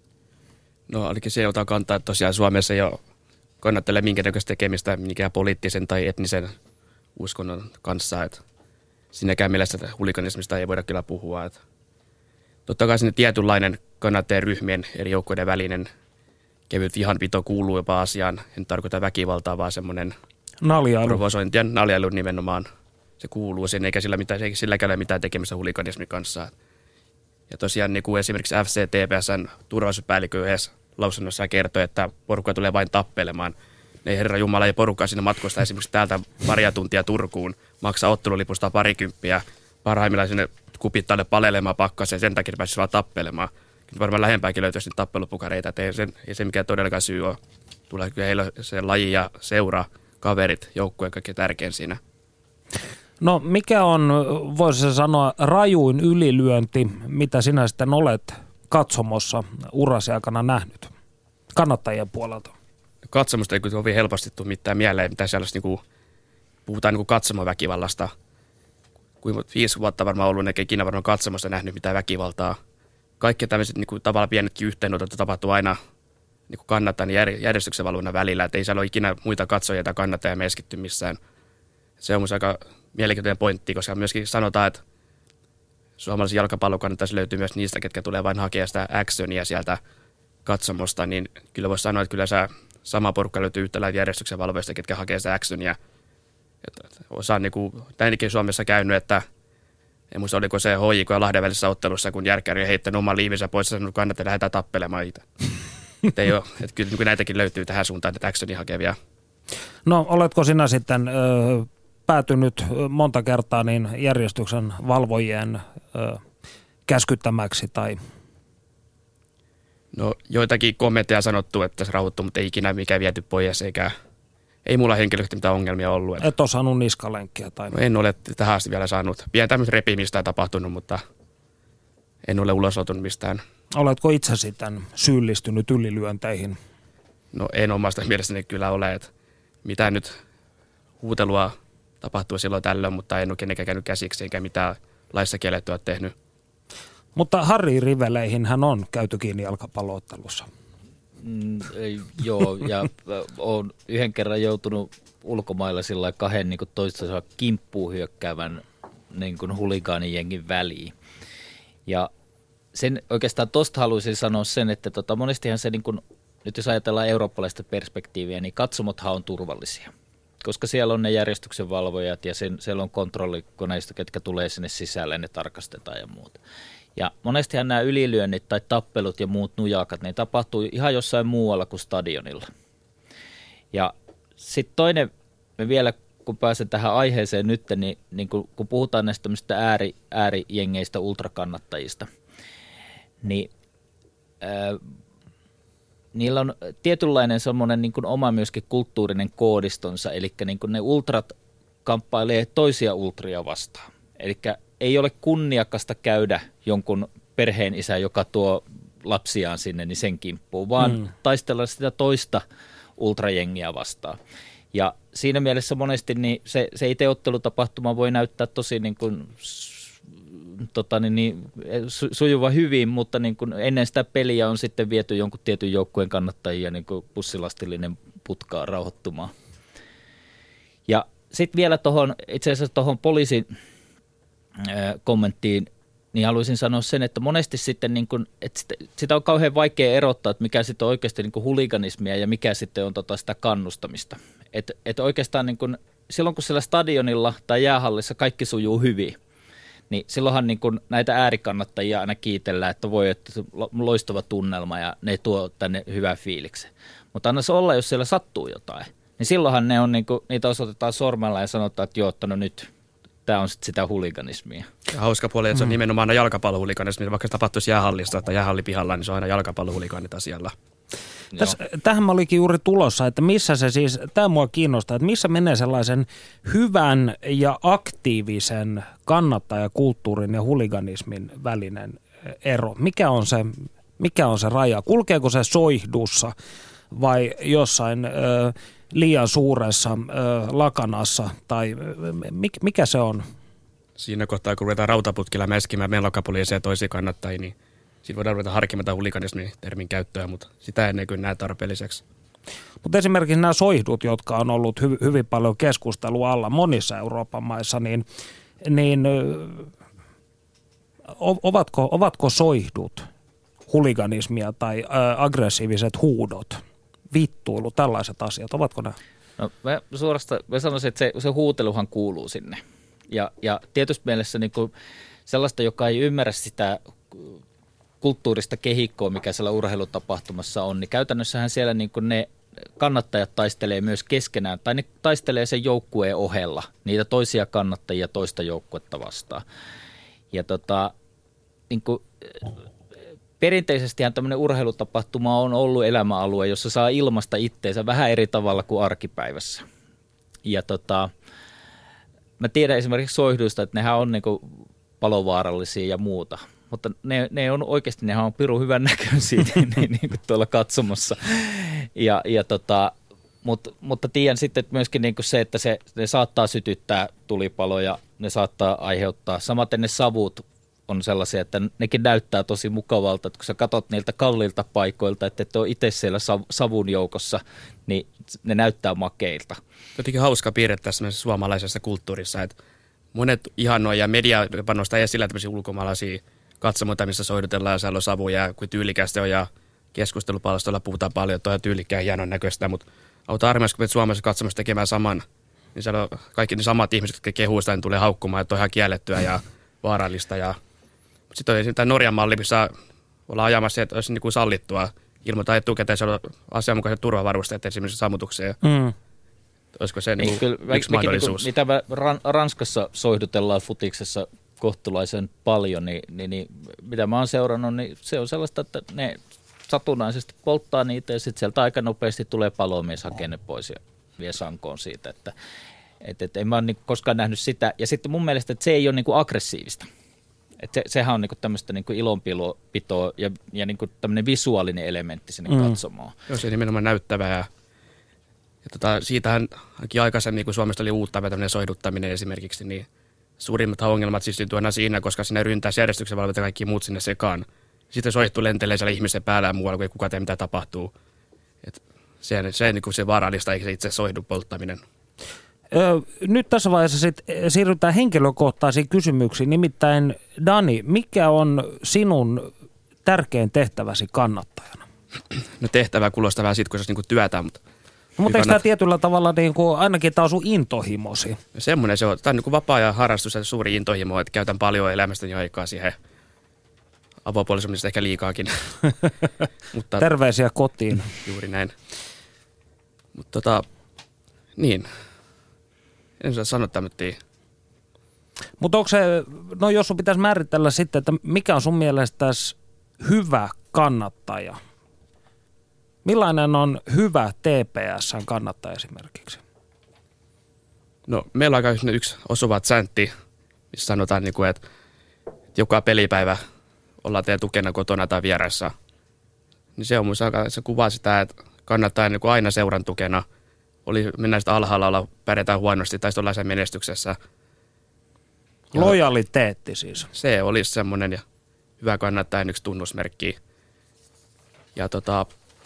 No ainakin se otan kantaa, että tosiaan Suomessa ei ole kannattele minkäännäköistä tekemistä minkään poliittisen tai etnisen uskonnon kanssa. Että siinäkään mielessä huliganismista ei voida kyllä puhua. Että totta kai sinne tietynlainen kannattajaryhmien eri joukkoiden välinen kevyt vihanpito kuuluu jopa asiaan. En tarkoita väkivaltaa, vaan semmoinen naljailu. Provosointi ja naljailu nimenomaan. Se kuuluu sen, eikä sillä mitään, eikä silläkään ole mitään tekemistä huliganismin kanssa. Ja tosiaan niin kuin esimerkiksi F C T P S:n turvallisuuspäällikkö yhdessä lausunnossa kertoi, että porukka tulee vain tappelemaan. Ne herra jumala ja porukkaa sinne matkosta esimerkiksi täältä paria tuntia Turkuun, maksaa ottelulipusta parikymppiä, parhaimmillaan sinne kupittaille palelemaan pakkaseen, sen takia pääsisi vaan tappelemaan. Varmaan lähempääkin löytyisi tappelupukareita, että ei, sen, ei se mikään todellakaan syy ole. Tulee kyllä heillä se laji ja seura, kaverit, joukkue kaikki tärkein siinä. No mikä on, voisi sanoa, rajuin ylilyönti, mitä sinä sitten olet katsomossa urasi aikana nähnyt kannattajien puolelta? Katsomusta ei kovin helposti tule mitään mieleen, mitä sellaista, niin kuin, puhutaan niin katsomoväkivallasta. Kuin viisi vuotta varmaan ollut, eikä ikinä varmaan katsomossa nähnyt mitään väkivaltaa. Kaikki tämmöiset niin kuin, tavallaan pienetkin yhteenotot tapahtuu aina niin kuin kannattajan ja järjestyksen valvonnan välillä, että ei siellä ole ikinä muita katsojia tai kannattajia meskitty missään. Se on musta aika mielenkiintoinen pointti, koska myöskin sanotaan, että suomalaisen jalkapallokannattaisi löytyy myös niistä, ketkä tulee vain hakea sitä actionia sieltä katsomosta, niin kyllä voisi sanoa, että kyllä se sama porukka löytyy yhtä lailla järjestyksen valvojista, ketkä hakee sitä actionia. Osa on niin kuin, näinkin Suomessa käynyt, että en muista oliko se H J K ja Lahden välisessä ottelussa, kun Järkkäri on heittänyt oman liivinsä pois ja sanonut, että kannattaa lähdetään tappelemaan itse. että ei ole, että kyllä niin näitäkin löytyy tähän suuntaan, että actionia hakevia. No oletko sinä sitten ö, päätynyt monta kertaa niin järjestyksen valvojien ö, käskyttämäksi tai? No joitakin kommentteja sanottu, että se rauhoittuu, mutta ei ikinä mikään viety pois, eikä ei mulla henkilökohtaisesti mitään ongelmia ollut. Että et ole saanut niskalenkkiä tai? No en ole tähän asti vielä saanut. Pian tämmöistä repimistä tapahtunut, mutta en ole ulosotunut mistään. Oletko itse sitten syyllistynyt ylilyönteihin? No en omasta mielestäni kyllä ole, että mitä nyt huutelua tapahtuu silloin tällöin, mutta en ole kenenkään käynyt käsiksi eikä mitään laissa kiellettyä tehnyt. Mutta Harri Riveleihin hän on käyty kiinni jalkapalloottelussa. Mm, joo, ja olen yhden kerran joutunut ulkomailla sillä kahden niin toistensa kimppuun hyökkäävän niin kuin huligaanijengin väliin. Ja sen oikeastaan tuosta haluaisin sanoa sen, että tota, monestihan se, niin kuin, nyt jos ajatellaan eurooppalaista perspektiiviä, niin katsomothan on turvallisia. Koska siellä on ne järjestyksenvalvojat ja sen, siellä on kontrollikoneisto, ketkä tulee sinne sisälle, ne tarkastetaan ja muuta. Ja monestihan nämä ylilyönnit tai tappelut ja muut nujakat, ne tapahtuu ihan jossain muualla kuin stadionilla. Ja sitten toinen, me vielä kun pääsen tähän aiheeseen nyt, niin, niin kun, kun puhutaan näistä tämmöistä ääri, äärijengeistä, ultrakannattajista, niin ää, niillä on tietynlainen semmoinen niin kuin oma myöskin kulttuurinen koodistonsa, eli niin kuin ne ultrat kamppailee toisia ultria vastaan. Eli ei ole kunniakasta käydä jonkun perheen isä, joka tuo lapsiaan sinne, niin sen kimppuun, vaan mm. taistella sitä toista ultrajengiä vastaan. Ja siinä mielessä monesti niin se, se itse ottelutapahtuma voi näyttää tosi niin kuin tota, niin, niin, su, sujuva hyvin, mutta niin kuin ennen sitä peliä on sitten viety jonkun tietyn joukkueen kannattajia niin kuin bussilastillinen putkaa rauhoittumaan. Ja sitten vielä tuohon, itse asiassa tuohon poliisin ää, kommenttiin, niin haluaisin sanoa sen, että monesti sitten niin kuin, että sitä, sitä on kauhean vaikea erottaa, että mikä sitten on oikeasti niin kuin huliganismia ja mikä sitten on tota sitä kannustamista. Että et oikeastaan niin kuin, silloin kun siellä stadionilla tai jäähallissa kaikki sujuu hyvin, niin silloinhan niin kuin näitä äärikannattajia aina kiitellään, että voi, että loistava tunnelma ja ne tuo tänne hyvää fiiliksen. Mutta anna se olla, jos siellä sattuu jotain, niin silloinhan ne on, niin kuin, niitä osoitetaan sormella ja sanotaan, että joo, että no nyt tämä on sitten sitä huliganismia. Ja hauska puoli, että se on mm. nimenomaan aina jalkapallohuliganismi. Vaikka se tapahtuisi jäähallista tai jäähallipihalla, niin se on aina jalkapallohuliganit asialla. Tässä, tähän mä olikin juuri tulossa, että missä se siis, tämä mua kiinnostaa, että missä menee sellaisen hyvän ja aktiivisen kannattajakulttuurin ja huliganismin välinen ero. Mikä on se, mikä on se raja? Kulkeeko se soihdussa vai jossain ö, liian suuressa ö, lakanassa tai mikä se on? Siinä kohtaa, kun ruvetaan rautaputkilla mäskimään melokapoliisia ja toisia kannattajia, niin siinä voidaan ruveta harkimata huliganismin termin käyttöä, mutta sitä ennen kuin näe tarpeelliseksi. Mutta esimerkiksi nämä soihdut, jotka on ollut hy- hyvin paljon keskustelua alla monissa Euroopan maissa, niin, niin ovatko, ovatko soihdut huliganismia tai ä, aggressiiviset huudot, vittuilu, tällaiset asiat, ovatko nämä? No mä suorastaan mä sanoisin, että se, se huuteluhan kuuluu sinne. Ja, ja tietysti mielessä niin kuin sellaista, joka ei ymmärrä sitä kulttuurista kehikkoa, mikä siellä urheilutapahtumassa on, niin käytännössähän siellä niin kuin ne kannattajat taistelee myös keskenään, tai ne taistelee sen joukkueen ohella, niitä toisia kannattajia toista joukkuetta vastaan. Ja tota, niin kuin, perinteisestihän tämmöinen urheilutapahtuma on ollut elämäalue, jossa saa ilmaista itteensä vähän eri tavalla kuin arkipäivässä. Ja tota, mä tiedän esimerkiksi soihduista, että nehän on niin kuin palovaarallisia ja muuta. Mutta ne, ne on oikeasti, nehän on pirun hyvän näköisiä niin, niin kuin tuolla katsomassa. Ja, ja tota, mutta, mutta tiedän sitten että myöskin niin kuin se, että se, ne saattaa sytyttää tulipaloja, ne saattaa aiheuttaa. Samaten ne savut on sellaisia, että nekin näyttää tosi mukavalta, että kun sä katot niiltä kalliilta paikoilta, että et ole itse siellä savun joukossa, niin ne näyttää makeilta. Jotenkin hauska piirre tässä suomalaisessa kulttuurissa, että monet ihanoi ja media panostaa esillä tämmöisiä ulkomaalaisia katsomoita, missä soidutellaan ja siellä on savuja ja kuin tyylikästi on ja keskustelupalstoilla puhutaan paljon, että on tyylikkään hienon näköistä, mutta auta armeijassa, kun menet Suomessa katsomassa tekemään saman, niin siellä on kaikki ne samat ihmiset, jotka kehuu sitä, niin tulee haukkumaan, että on ihan kiellettyä ja vaarallista. Ja sitten on tämä Norjan malli, missä ollaan ajamassa, että olisi niin kuin sallittua ilmoittaa etukäteen, se on asianmukaiset turvavarusteet esimerkiksi sammutukseen. Mm. Olisiko se niin kuin kyllä, yksi mahdollisuus? Niin, mitä Ran- Ranskassa soihdutellaan futiksessa kohtalaisen paljon, niin, niin, niin mitä mä oon seurannut, niin se on sellaista, että ne satunnaisesti polttaa niitä ja sitten sieltä aika nopeasti tulee palomies hakemaan ne pois ja vie sankoon siitä, että et, et, en mä ole niin koskaan nähnyt sitä. Ja sitten mun mielestä, että se ei ole niin kuin aggressiivista. Et se, sehän on niin kuin tämmöistä niin kuin ilonpitoa ja, ja niin kuin tämmöinen visuaalinen elementti sinne mm. katsomaan. Joo, se nimenomaan näyttävää ja, ja tota, siitähän aikaisemmin, kun Suomesta oli uutta tämmöinen soihduttaminen esimerkiksi, niin suurimmat ongelmat siis syntyy aina siinä, koska siinä ryntää järjestyksen valvot ja kaikki muut sinne sekaan. Sitten soihtu lentelee siellä ihmisen päällä ja muualla, kun ei kukaan tee mitä tapahtuu. Et se, se on niin se vaarallista, eikä se itse soihdun polttaminen. Öö, nyt tässä vaiheessa sit siirrytään henkilökohtaisiin kysymyksiin. Nimittäin Dani, mikä on sinun tärkein tehtäväsi kannattajana? No tehtävä kuulostaa vähän siitä, kun se olisi niin työtä, mutta No, mutta eikö tämä tietyllä tavalla, niin kuin, ainakin tämä on sun intohimosi? Semmoinen se on. Tämä on niin kuin vapaa-ajan harrastus ja suuri intohimo, että käytän paljon elämästäni aikaa siihen. Avopuolisemmista ehkä liikaakin. Mutta, terveisiä kotiin. Juuri näin. Mutta tota, niin. En saa sanoa tämmöisiä. Mutta onko se, no jos sun pitäisi määritellä sitten, että mikä on sun mielestäsi hyvä kannattaja? Millainen on hyvä T P S:n kannattaja esimerkiksi? No meillä on aika yksi osuva säntti, missä sanotaan, että joka pelipäivä ollaan teidän tukena kotona tai vieressä. Niin se on mun aika, se kuvaa sitä, että kannattaa niin kuin aina seuran tukena. Oli, mennään sitä alhaalla olla, pärjätään huonosti tai sitten ollaan sen menestyksessä. Ja lojaliteetti siis. Se olisi semmoinen ja hyvä kannattajan yksi tunnusmerkki. Ja tota,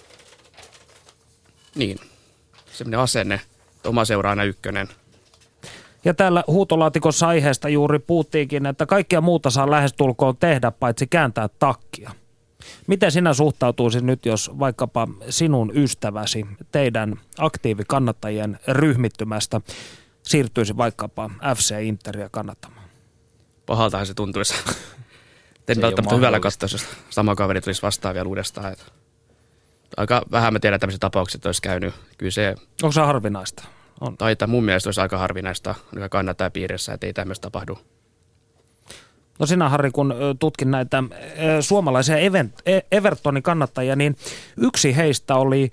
niin, semmoinen asenne, että oma seura aina ykkönen. Ja täällä huutolaatikossa aiheesta juuri puhuttiinkin, että kaikkea muuta saa lähestulkoon tehdä, paitsi kääntää takkia. Miten sinä suhtautuisit nyt, jos vaikkapa sinun ystäväsi teidän aktiivikannattajien ryhmittymästä siirtyisi vaikkapa F C Interia kannattamaan? Pahaltahan se tuntuisi. En Se välttämättä hyvällä katsoa, jos sama kaveri tulisi vastaan vielä uudestaan. Että aika vähän mä tiedän tämmöisiä tapauksia, että olisi käynyt. Kyllä se Onko se harvinaista? On. taitaa mun mielestä olisi aika harvinaista kannattajapiirissä, että ei tämmöistä tapahdu. No sinä, Harri, kun tutkin näitä suomalaisia Evertonin kannattajia, niin yksi heistä oli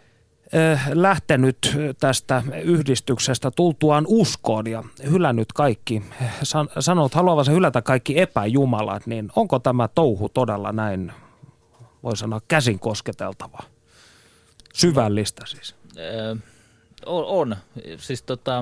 lähtenyt tästä yhdistyksestä tultuaan uskoon ja hylännyt kaikki, sanonut haluavansa hylätä kaikki epäjumalat, niin onko tämä touhu todella näin, voi sanoa, käsin kosketeltava? Syvällistä siis. Öö, on, on. Siis, tota,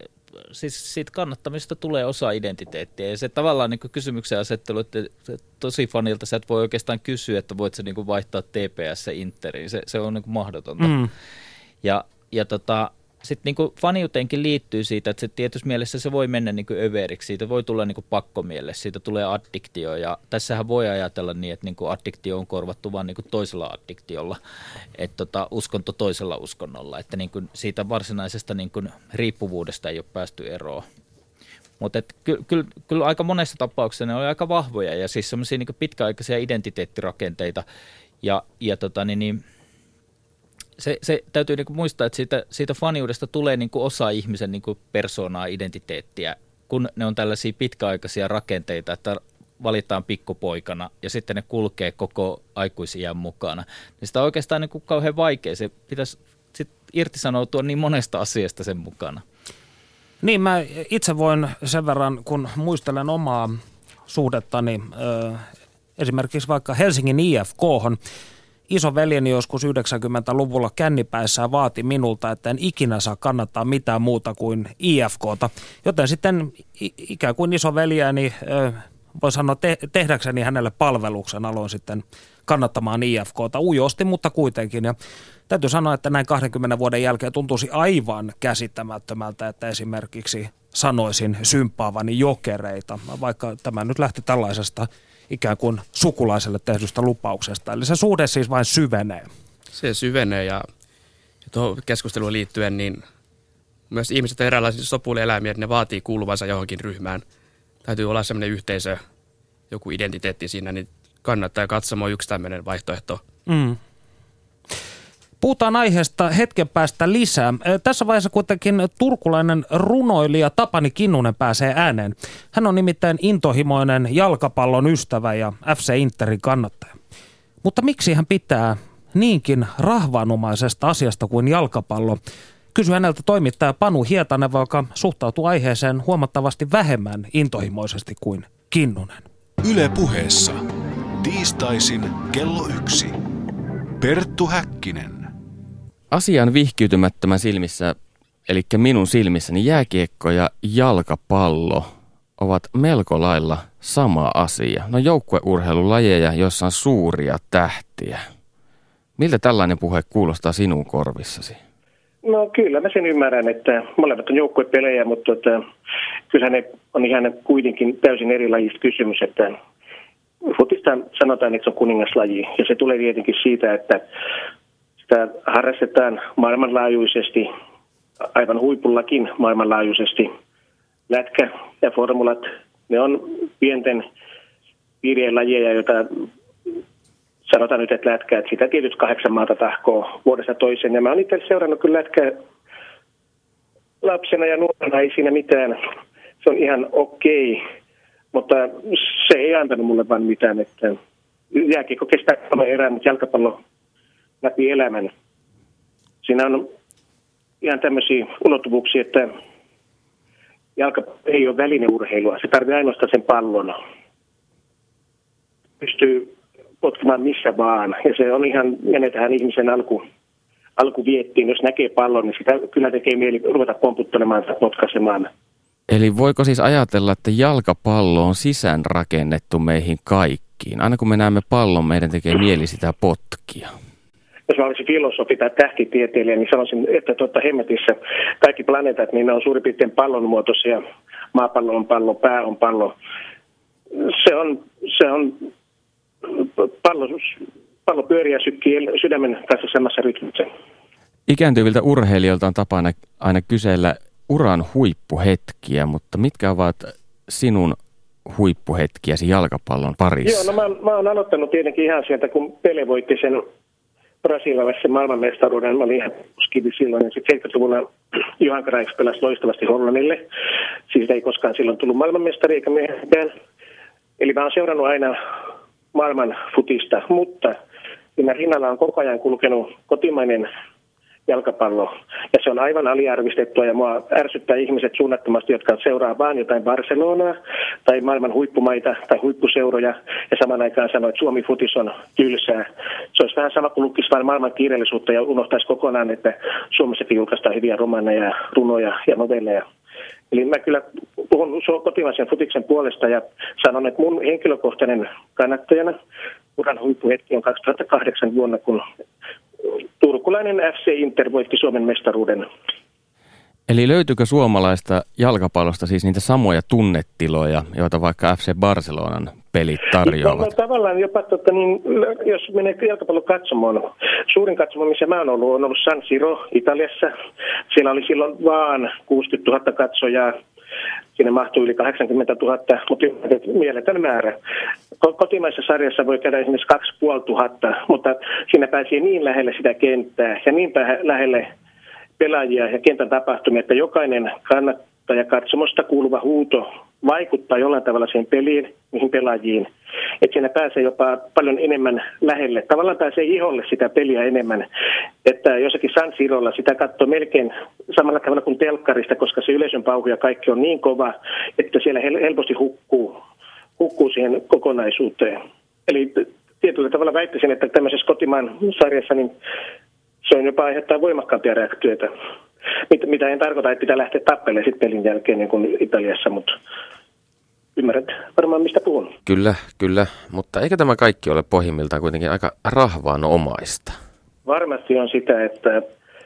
siis siitä kannattamista tulee osa identiteettiä ja se tavallaan niin kysymyksen asettelu, että tosi fanilta sä et voi oikeastaan kysyä, että voit sä niin vaihtaa T P S Interiin, se, se on niin mahdotonta. Mm. Ja, ja tota, sitten niin faniuteenkin liittyy siitä, että se tietyssä mielessä se voi mennä niin överiksi, siitä voi tulla niin pakkomielle, siitä tulee addiktio ja tässähän voi ajatella niin, että niin addiktio on korvattu vaan niin toisella addiktiolla, että tota, uskonto toisella uskonnolla, että niin siitä varsinaisesta niin riippuvuudesta ei ole päästy eroon. Mutta kyllä ky, ky, aika monessa tapauksessa ne oli aika vahvoja ja siis semmoisia niin pitkäaikaisia identiteettirakenteita ja, ja tota, niin, niin, Se, se täytyy niinku muistaa, että siitä, siitä faniudesta tulee niinku osa ihmisen niinku persoonaa, identiteettiä, kun ne on tällaisia pitkäaikaisia rakenteita, että valitaan pikkupoikana ja sitten ne kulkee koko aikuisiän mukana. Niin sitä on oikeastaan niinku kauhean vaikea. Se pitäisi sit irtisanoutua niin monesta asiasta sen mukana. Niin, mä itse voin sen verran, kun muistelen omaa suhdettani äh, esimerkiksi vaikka Helsingin I F K:hon, isoveljeni joskus yhdeksänkymmentäluvulla kännipäissään vaati minulta, että en ikinä saa kannattaa mitään muuta kuin I F K:ta. Joten sitten ikään kuin isoveljeni, voi sanoa te- tehdäkseni hänelle palveluksen, aloin sitten kannattamaan I F K:ta ujosti, mutta kuitenkin. Ja täytyy sanoa, että näin kahdenkymmenen vuoden jälkeen tuntuisi aivan käsittämättömältä, että esimerkiksi sanoisin symppaavani Jokereita, vaikka tämä nyt lähti tällaisesta ikään kuin sukulaiselle tehdystä lupauksesta. Eli se suhde siis vain syvenee. Se syvenee ja, ja tuohon keskusteluun liittyen, niin myös ihmiset on eräänlaisia sopuilieläimiä, että ne vaatii kuuluvansa johonkin ryhmään. Täytyy olla sellainen yhteisö, joku identiteetti siinä, niin kannattaa katsomaan yksi tämmöinen vaihtoehto. Mm. Puhutaan aiheesta hetken päästä lisää. Tässä vaiheessa kuitenkin turkulainen runoilija Tapani Kinnunen pääsee ääneen. Hän on nimittäin intohimoinen jalkapallon ystävä ja F C Interin kannattaja. Mutta miksi hän pitää niinkin rahvaanomaisesta asiasta kuin jalkapallo? Kysy häneltä toimittaja Panu Hietanen, joka suhtautuu aiheeseen huomattavasti vähemmän intohimoisesti kuin Kinnunen. Yle Puheessa. Tiistaisin kello yksi. Perttu Häkkinen. Asian vihkiytymättömän silmissä, eli minun silmissäni jääkiekko ja jalkapallo ovat melko lailla sama asia. No joukkueurheilulajeja, joissa on suuria tähtiä. Miltä tällainen puhe kuulostaa sinun korvissasi? No kyllä mä sen ymmärrän, että molemmat on joukkuepelejä, mutta tota, kyllähän ne on ihan kuitenkin täysin eri lajista kysymys, että futista sanotaan, että se on kuningaslaji ja se tulee tietenkin siitä, että sitä harrastetaan maailmanlaajuisesti, aivan huipullakin maailmanlaajuisesti. Lätkä ja formulat, ne on pienten piirien lajeja, joita sanotaan nyt, että lätkää, että sitä tietysti kahdeksan maata tahkoo vuodesta toiseen. Ja mä oon itse seurannut kyllä lätkää lapsena ja nuorena, ei siinä mitään. Se on ihan okei, mutta se ei antanut mulle vaan mitään, että jääkiekko kestää kolme erää, mutta jalkapallo läpi elämän. Siinä on ihan tämmöisiä ulottuvuuksia, että jalkapallo ei ole välineurheilua. Se tarvitsee ainoastaan sen pallon. Pystyy potkimaan missä vaan. Ja se on ihan, menee tähän ihmisen alku, alkuviettiin. Jos näkee pallon, niin sitä kyllä tekee mieli ruveta pomputtelemaan tai potkaisemaan. Eli voiko siis ajatella, että jalkapallo on sisäänrakennettu meihin kaikkiin? Aina kun me näemme pallon, meidän tekee mieli sitä potkia. Jos mä olisin filosofi tai tähtitieteilijä, niin sanoisin, että tuota hemmetissä kaikki planeetat, niin ne on suurin piirtein pallon muotoisia. Maapallo on pallo, pää on pallo. Se on, se on pallo, pallo pyörii ja sykkii sydämen kanssa samassa rytmissä. Ikääntyviltä urheilijoilta on tapana aina kysellä uran huippuhetkiä, mutta mitkä ovat sinun huippuhetkiäsi jalkapallon parissa? Joo, no mä, mä oon aloittanut tietenkin ihan sieltä, kun Pele voitti sen brasilialaisen maailmanmestaruuden. Mä olin ihan skivi silloin, ja sitten seitsemänkymmentäluvulla Johan Cruyff pelasi loistavasti Hollannille. Siis ei koskaan silloin tullut maailmanmestari eikä myöhemmin. Eli mä oon seurannut aina maailman futista, mutta siinä rinnalla on koko ajan kulkenut kotimainen jalkapallo. Ja se on aivan aliarvistettua ja mua ärsyttää ihmiset suunnattomasti, jotka seuraa vaan jotain Barcelonaa tai maailman huippumaita tai huippuseuroja ja saman aikaan sanoo, että Suomi futis on tylsää. Se olisi vähän sama kuin lukisi vain maailman kirjallisuutta ja unohtaisi kokonaan, että Suomessakin julkaistaan hyviä romaneja, runoja ja novelleja. Eli mä kyllä puhun kotimaisen futiksen puolesta ja sanon, että mun henkilökohtainen kannattajana uran huippuhetki on kaksituhattakahdeksan vuonna, kun turkulainen F C Inter voitti Suomen mestaruuden. Eli löytyykö suomalaista jalkapallosta siis niitä samoja tunnetiloja, joita vaikka F C Barcelonan pelit tarjoavat? No, tavallaan jopa, tota, niin, jos menee jalkapallon katsomoon, suurin katsomo, missä mä oon ollut, on ollut San Siro Italiassa. Siellä oli silloin vaan kuusikymmentätuhatta katsojaa. Siinä mahtui yli kahdeksankymmentätuhatta, mutta mieletön määrä. Kotimaisessa sarjassa voi käydä esimerkiksi kaksituhattaviisisataa, mutta siinä pääsee niin lähelle sitä kenttää ja niin lähelle pelaajia ja kentän tapahtumia, että jokainen kannattaja katsomosta kuuluva huuto vaikuttaa jollain tavalla siihen peliin, niihin pelaajiin. Että siinä pääsee jopa paljon enemmän lähelle. Tavallaan pääsee iholle sitä peliä enemmän. Että jossakin San Sirolla sitä katsoo melkein samalla tavalla kuin telkkarista, koska se yleisön pauhu ja kaikki on niin kova, että siellä helposti hukkuu, hukkuu siihen kokonaisuuteen. Eli tietyllä tavalla väittäisin, että tämmöisessä kotimaan sarjassa niin se on jopa aiheuttaa voimakkaampia reaktioita. Mitä, mitä en tarkoita, että pitää lähteä tappelemaan sitten pelin jälkeen niin kuin Italiassa, mutta ymmärrät varmaan mistä puhun. Kyllä, kyllä, mutta eikö tämä kaikki ole pohjimmiltaan kuitenkin aika rahvaanomaista? Varmasti on sitä, että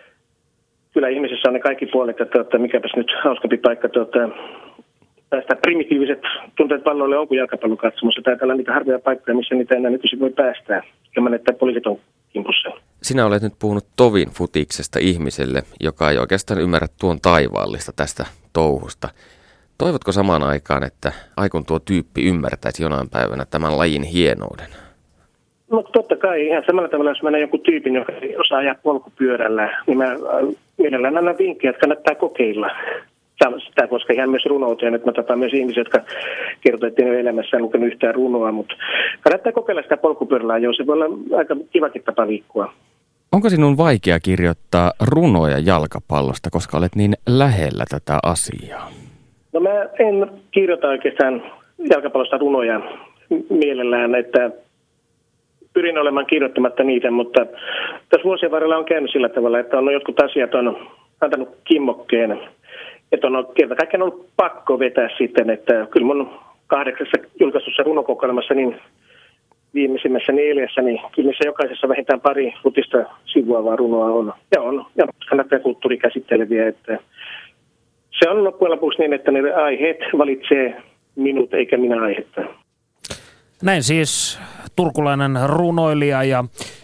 kyllä ihmisissä on ne kaikki puolet, että, että mikäpäs nyt hauskampi paikka tuota, päästä primitiiviset tunteet palloille on kuin jalkapallokatsomussa. Taitaa olla niitä harvoja paikkoja, missä niitä enää nykyisin voi päästää, ilman että poliisit on kimpussa. Sinä olet nyt puhunut tovin futiksesta ihmiselle, joka ei oikeastaan ymmärrä tuon taivaallista tästä touhusta. Toivotko samaan aikaan, että aikun tuo tyyppi ymmärtäisi jonain päivänä tämän lajin hienouden? No totta kai, ihan samalla tavalla, jos mä näen joku tyypin, joka ei osaa ajaa polkupyörällä, niin mä mielellään annan vinkkejä, että kannattaa kokeilla. Sitä koska ihan myös runouteen, että mä tapaan myös ihmisiä, jotka kertovat, että ei ole elämässään lukenut yhtään runoa, mutta kannattaa kokeilla sitä polkupyörällä, joo, se voi olla aika kivakin tapa liikkua. Onko sinun vaikea kirjoittaa runoja jalkapallosta, koska olet niin lähellä tätä asiaa? No mä en kirjoita oikeastaan jalkapallosta runoja mielellään, että pyrin olemaan kirjoittamatta niitä, mutta tässä vuosien varrella on käynyt sillä tavalla, että on jotkut asiat on antanut kimmokkeen. Että on kerta kaikkiaan ollut pakko vetää sitten, että kyllä mun kahdeksassa julkaistussa runokokoelmassa, niin viimeisimmässä neljässä, niin kyllä missä jokaisessa vähintään pari futista sivuavaa runoa on. Ja on, ja kannattaa kulttuurikäsitteleviä, että se on loppujen lopuksi niin, että ne aiheet valitsee minut eikä minä aihetta. Näin siis turkulainen runoilija ja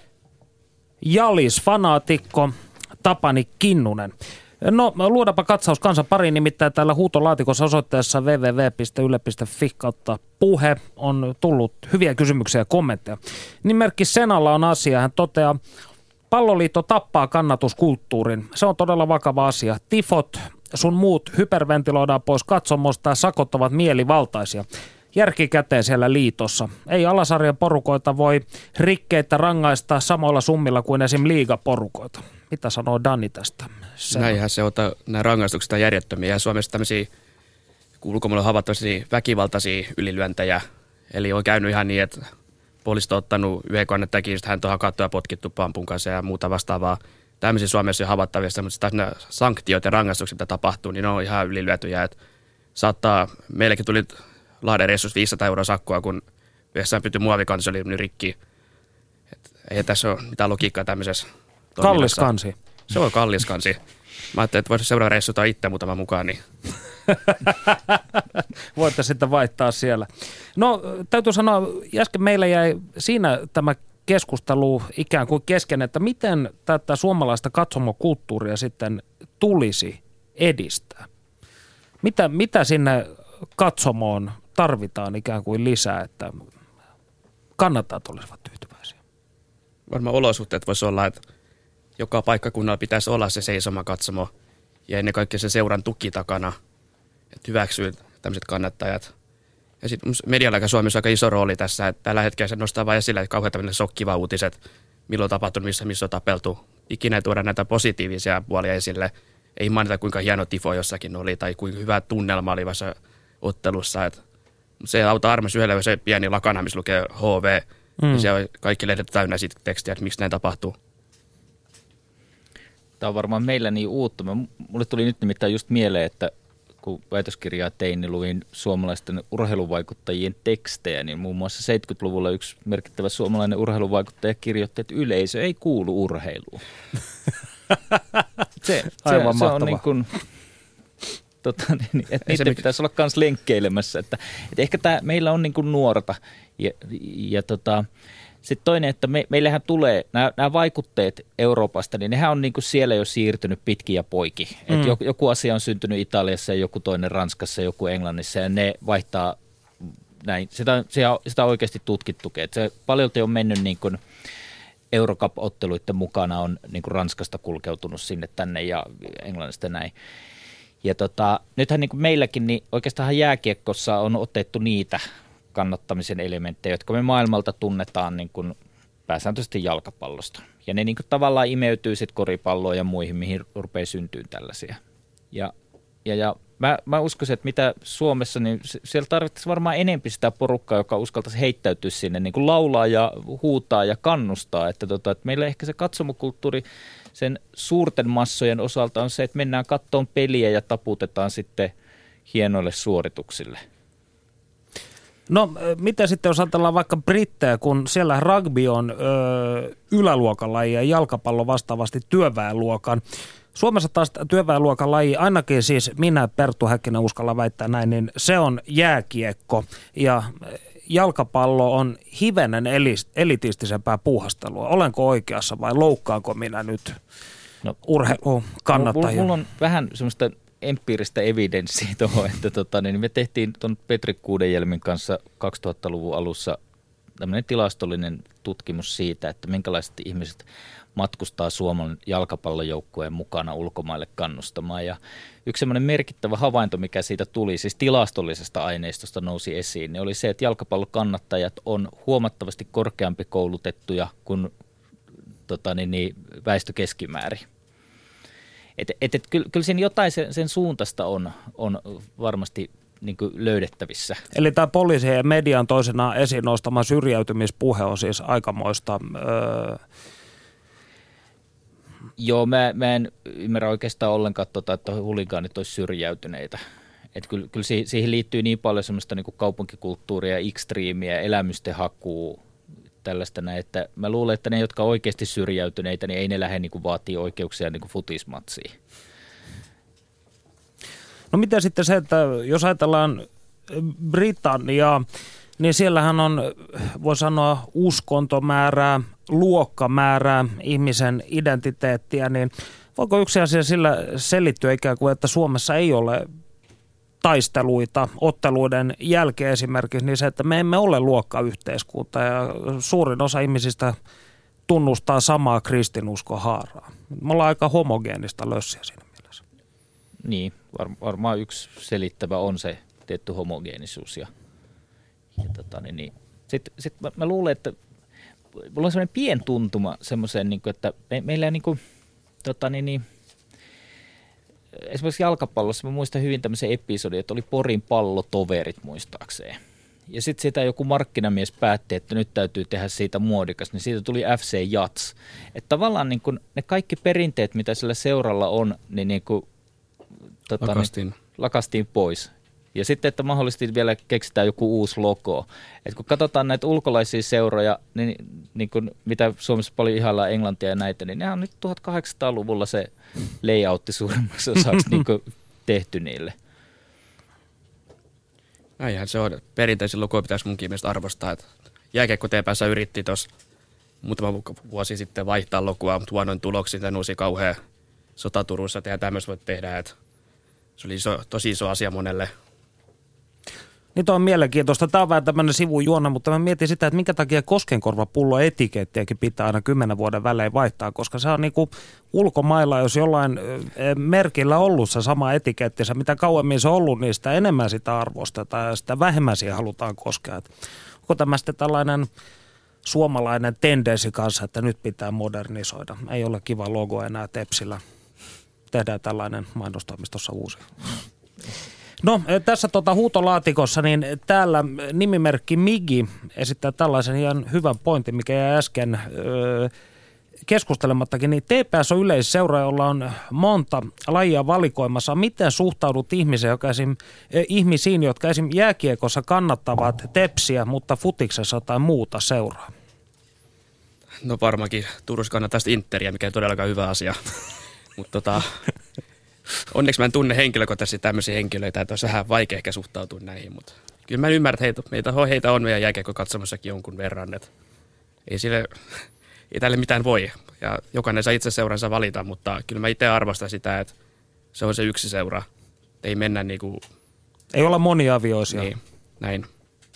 Jalis-fanaatikko Tapani Kinnunen. No, luodaanpa katsaus kansan pariin, nimittäin täällä huutolaatikossa osoitteessa double-u double-u double-u piste yle piste fi kautta puhe on tullut hyviä kysymyksiä ja kommentteja. Nimerkki Senalla on asia, hän toteaa, Palloliitto tappaa kannatuskulttuurin. Se on todella vakava asia. Tifot, sun muut hyperventiloidaan pois katsomosta ja sakot ovat mielivaltaisia. Järki käteen siellä liitossa. Ei alasarjan porukoita voi rikkeitä rangaista samoilla summilla kuin esim. liigaporukoita. Mitä sanoo Danni tästä? Se Näinhän se on, nämä rangaistukset on järjettömiä. Ja Suomessa tämmöisiä ulkomailla havattavasti väkivaltaisia ylilyöntejä. Eli on käynyt ihan niin, että poliisit on ottanut yhden kannattajan kiinni, hän on hakattu ja potkittu pampun kanssa ja muuta vastaavaa. Tämmöisiä Suomessa on havattavia, mutta taas nämä sanktiot ja rangaistukset, mitä tapahtuu, niin ne on ihan ylilyötyjä. Että saattaa, meillekin tuli Lahden reissus viisisataa euroa sakkoa, kun yhdessä pyytyi muovikansi oli nyt rikki. Et ei tässä ole mitään logiikkaa tämmöisessä Kallis kansi. Se on kallis kansi. Mä ajattelin, että voisi seuraava reissu ottaa itse muutama mukaan. Niin. Voitte sitten vaihtaa siellä. No täytyy sanoa, äsken meillä jäi siinä tämä keskustelu ikään kuin kesken, että miten tätä suomalaista katsomokulttuuria sitten tulisi edistää. Mitä, mitä sinne katsomoon tarvitaan ikään kuin lisää, että kannattajat olisivat tyytyväisiä? Varmaan olosuhteet voisi olla, että joka paikkakunnalla pitäisi olla se seisoma katsomo ja ennen kaikkea se seuran tuki takana, että hyväksyy tämmöiset kannattajat. Ja sitten medialla Suomessa on aika iso rooli tässä, että tällä hetkellä se nostaa vain esille, että kauhean tämmöinen sokkiva uutiset, milloin on tapahtunut, missä, missä on tapeltu. Ikinä ei tuoda näitä positiivisia puolia esille. Ei mainita, kuinka hieno tifo jossakin oli tai kuinka hyvä tunnelma oli vasta ottelussa. Et se auta armassa yhdellä se pieni lakana, missä lukee H V. Mm. Ja siellä kaikki lehdet täynnä siitä tekstiä, että miksi näin tapahtuu. Tämä on varmaan meillä niin uutta. Mulle tuli nyt nimittäin just mieleen, että kun väitöskirjaa tein, niin luin suomalaisten urheiluvaikuttajien tekstejä, niin muun muassa seitsemänkymmentäluvulla yksi merkittävä suomalainen urheiluvaikuttaja kirjoitti, että yleisö ei kuulu urheiluun. Se, se, se on niin kuin, tota, niin, että niitä se, pitäisi olla myös lenkkeilemässä. Että, että ehkä tämä, meillä on niin kuin nuorta ja, ja tota, sitten toinen, että me, meillähän tulee, nämä, nämä vaikutteet Euroopasta, niin nehän on niin kuin siellä jo siirtynyt pitkin ja poikin. Mm. Että joku, joku asia on syntynyt Italiassa ja joku toinen Ranskassa ja joku Englannissa ja ne vaihtaa näin. Sitä, sitä on oikeasti tutkittukin. Että se paljolti on mennyt niin kuin Eurocup-otteluiden mukana on niin kuin Ranskasta kulkeutunut sinne tänne ja Englannista näin. Ja tota, nythän niin kuin meilläkin, niin oikeastaan jääkiekossa on otettu niitä kannattamisen elementtejä, jotka me maailmalta tunnetaan niin kuin pääsääntöisesti jalkapallosta. Ja ne niin kuin tavallaan imeytyy sitten koripalloon ja muihin, mihin rupeaa syntyyn tällaisia. Ja, ja, ja mä, mä uskoisin, että mitä Suomessa, niin siellä tarvittaisiin varmaan enemmän sitä porukkaa, joka uskaltaisi heittäytyä sinne, niin kuin laulaa ja huutaa ja kannustaa. Että, tota, että meillä ehkä se katsomokulttuuri sen suurten massojen osalta on se, että mennään kattoon peliä ja taputetaan sitten hienoille suorituksille. No mitä sitten jos ajatellaan vaikka brittejä, kun siellä rugby on ö, yläluokan laji ja jalkapallo vastaavasti työväenluokan. Suomessa taas työväenluokan laji, ainakin siis minä Perttu Häkkinen uskalla väittää näin, niin se on jääkiekko ja jalkapallo on hivenen elitistisempää puuhastelua. Olenko oikeassa vai loukkaanko minä nyt no, urheilukannattajia? Mulla on vähän semmoista empiiristä evidenssiä tuohon, että tota, niin me tehtiin tuon Petri Kuudenjelmin kanssa kaksituhattaluvun alussa tämmöinen tilastollinen tutkimus siitä, että minkälaiset ihmiset matkustaa Suomen jalkapallojoukkueen mukana ulkomaille kannustamaan. Ja yksi semmoinen merkittävä havainto, mikä siitä tuli, siis tilastollisesta aineistosta nousi esiin, niin oli se, että jalkapallokannattajat on huomattavasti korkeampi koulutettuja kuin tota, niin, niin, väestökeskimäärin. Et, et, et, kyllä, kyllä siinä jotain sen, sen suuntaista on, on varmasti niin kuin löydettävissä. Eli tämä poliisien ja median toisenaan esiin nostama syrjäytymispuhe on siis aikamoista. Öö... Joo, mä, mä en ymmärrä oikeastaan ollenkaan, tota, että huligaanit olisi syrjäytyneitä. Et kyllä, kyllä siihen liittyy niin paljon semmoista niin kuin kaupunkikulttuuria, ekstriimiä, elämysten hakua, tällaista näin, että mä luulen, että ne, jotka on oikeasti syrjäytyneitä, niin ei ne lähde niin kuin vaatii oikeuksia niin kuin futismatsiin. No mitä sitten se, että jos ajatellaan Britanniaa, niin siellähän on, voi sanoa, uskontomäärää, luokkamäärää, ihmisen identiteettiä, niin voiko yksi asia sillä selittyä ikään kuin, että Suomessa ei ole taisteluita otteluiden jälkeen esimerkiksi, niin se, että me emme ole luokkayhteiskunta ja suurin osa ihmisistä tunnustaa samaa kristinuskon haaraa. Me ollaan aika homogeenista lössiä siinä mielessä. Niin, var, varmaan yksi selittävä on se tietty homogeenisuus. Ja, ja tota, niin, niin. Sitten sit mä, mä luulen, että mulla on sellainen pientuntuma semmoiseen, niin että me, meillä niin kuin, tota, niin, niin, esimerkiksi jalkapallossa mä muistan hyvin tämmöisen episodin, että oli Porin pallotoverit muistaakseen. Ja sitten sitä joku markkinamies päätti, että nyt täytyy tehdä siitä muodikas, niin siitä tuli F C Jats. Että tavallaan niin kun ne kaikki perinteet, mitä sillä seuralla on, niin, niin kun, tota, lakastiin. Niin, lakastiin pois. Ja sitten, että mahdollisesti vielä keksitään joku uusi logo. Et kun katsotaan näitä ulkolaisia seuroja, niin, niin kun, mitä Suomessa paljon ihaillaan englantia ja näitä, niin nehän on nyt tuhatkahdeksansataaluvulla se layoutti suurimmaksi osaksi niin kun tehty niille. Näinhän se on. Perinteisen logoja pitäisi munkin mielestä arvostaa. Että Jääkiekko T P S yritti tuossa muutama vuosi sitten vaihtaa logoa, mutta huonoin tuloksin. Tämä nousi kauhean sota Turussa, että eihän tämmöistä voi tehdä. Että se oli iso, tosi iso asia monelle. Niin on mielenkiintoista. Tämä on vähän tämmöinen sivujuona, mutta mä mietin sitä, että minkä takia koskenkorvapullo etikettiäkin pitää aina kymmenen vuoden välein vaihtaa, koska se on niin kuin ulkomailla, jos jollain merkillä ollut se sama etiketti, se mitä kauemmin se on ollut, niin sitä enemmän sitä arvostetaan ja sitä vähemmän siihen halutaan koskea. Onko tämä sitten tällainen suomalainen tendenssi kanssa, että nyt pitää modernisoida? Ei ole kiva logo enää Tepsillä. Tehdään tällainen mainostoimistossa uusi. No tässä tota huutolaatikossa, niin täällä nimimerkki Migi esittää tällaisen ihan hyvän pointin, mikä jäi äsken öö, keskustelemattakin, niin T P S on yleisseura, jolla on monta lajia valikoimassa. Miten suhtaudut ihmisiin, joka esim, eh, ihmisiin, jotka esim. Jääkiekossa kannattavat Tepsiä, mutta futiksessa tai muuta seuraa? No varmaankin Turussa kannattaa sitä Interiä, mikä ei todellakaan hyvä asia. Mutta tota, onneksi mä en tunne henkilökohtaisesti tämmöisiä henkilöitä, että olisi vähän vaikea ehkä suhtautua näihin. Mutta kyllä mä ymmärrän, että heitä, meitä, heitä on meidän jääkiekko-katsomossakin jonkun verran. Että ei sille... Ei tälle mitään voi, ja jokainen saa itse seuransa valita, mutta kyllä mä itse arvostan sitä, että se on se yksi seura. Ei mennä niinku... Ei olla moniavioisia. Niin, näin.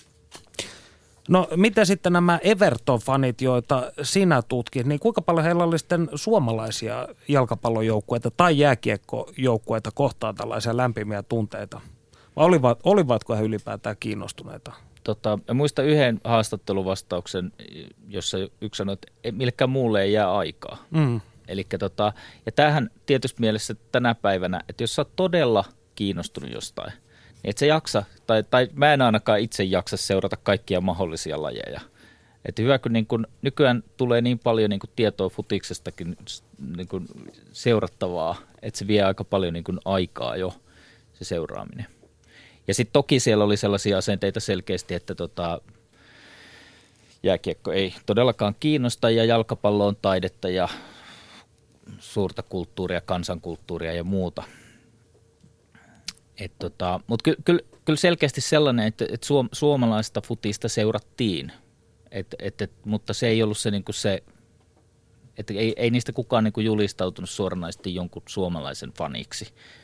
No miten sitten nämä Everton-fanit, joita sinä tutkit, niin kuinka paljon heillä oli sitten suomalaisia jalkapallojoukkueita tai jääkiekkojoukkueita kohtaan tällaisia lämpimiä tunteita? Vai olivat, olivatko he ylipäätään kiinnostuneita? Tota, mä muistan yhden haastatteluvastauksen, jossa yksi sanoi, että millekään muulle ei jää aikaa. Mm. Elikkä tota, ja tämähän tietysti mielessä tänä päivänä, että jos sä oot todella kiinnostunut jostain, niin et sä jaksa, tai, tai mä en ainakaan itse jaksa seurata kaikkia mahdollisia lajeja. Että hyvä, kun niin kun nykyään tulee niin paljon niin kun tietoa futiksestakin niin kun seurattavaa, että se vie aika paljon niin kun aikaa jo se seuraaminen. Ja sitten toki siellä oli sellaisia asenteita selkeästi, että tota, jääkiekko ei todellakaan kiinnosta ja jalkapallo on taidetta ja suurta kulttuuria, kansankulttuuria ja muuta. Tota, mutta ky, ky, kyllä selkeästi sellainen, että, että suom, suomalaista futista seurattiin, et, et, et, mutta se ei ollut se, niin kuin se että ei, ei niistä kukaan niin kuin julistautunut suoranaisesti jonkun suomalaisen faniksi.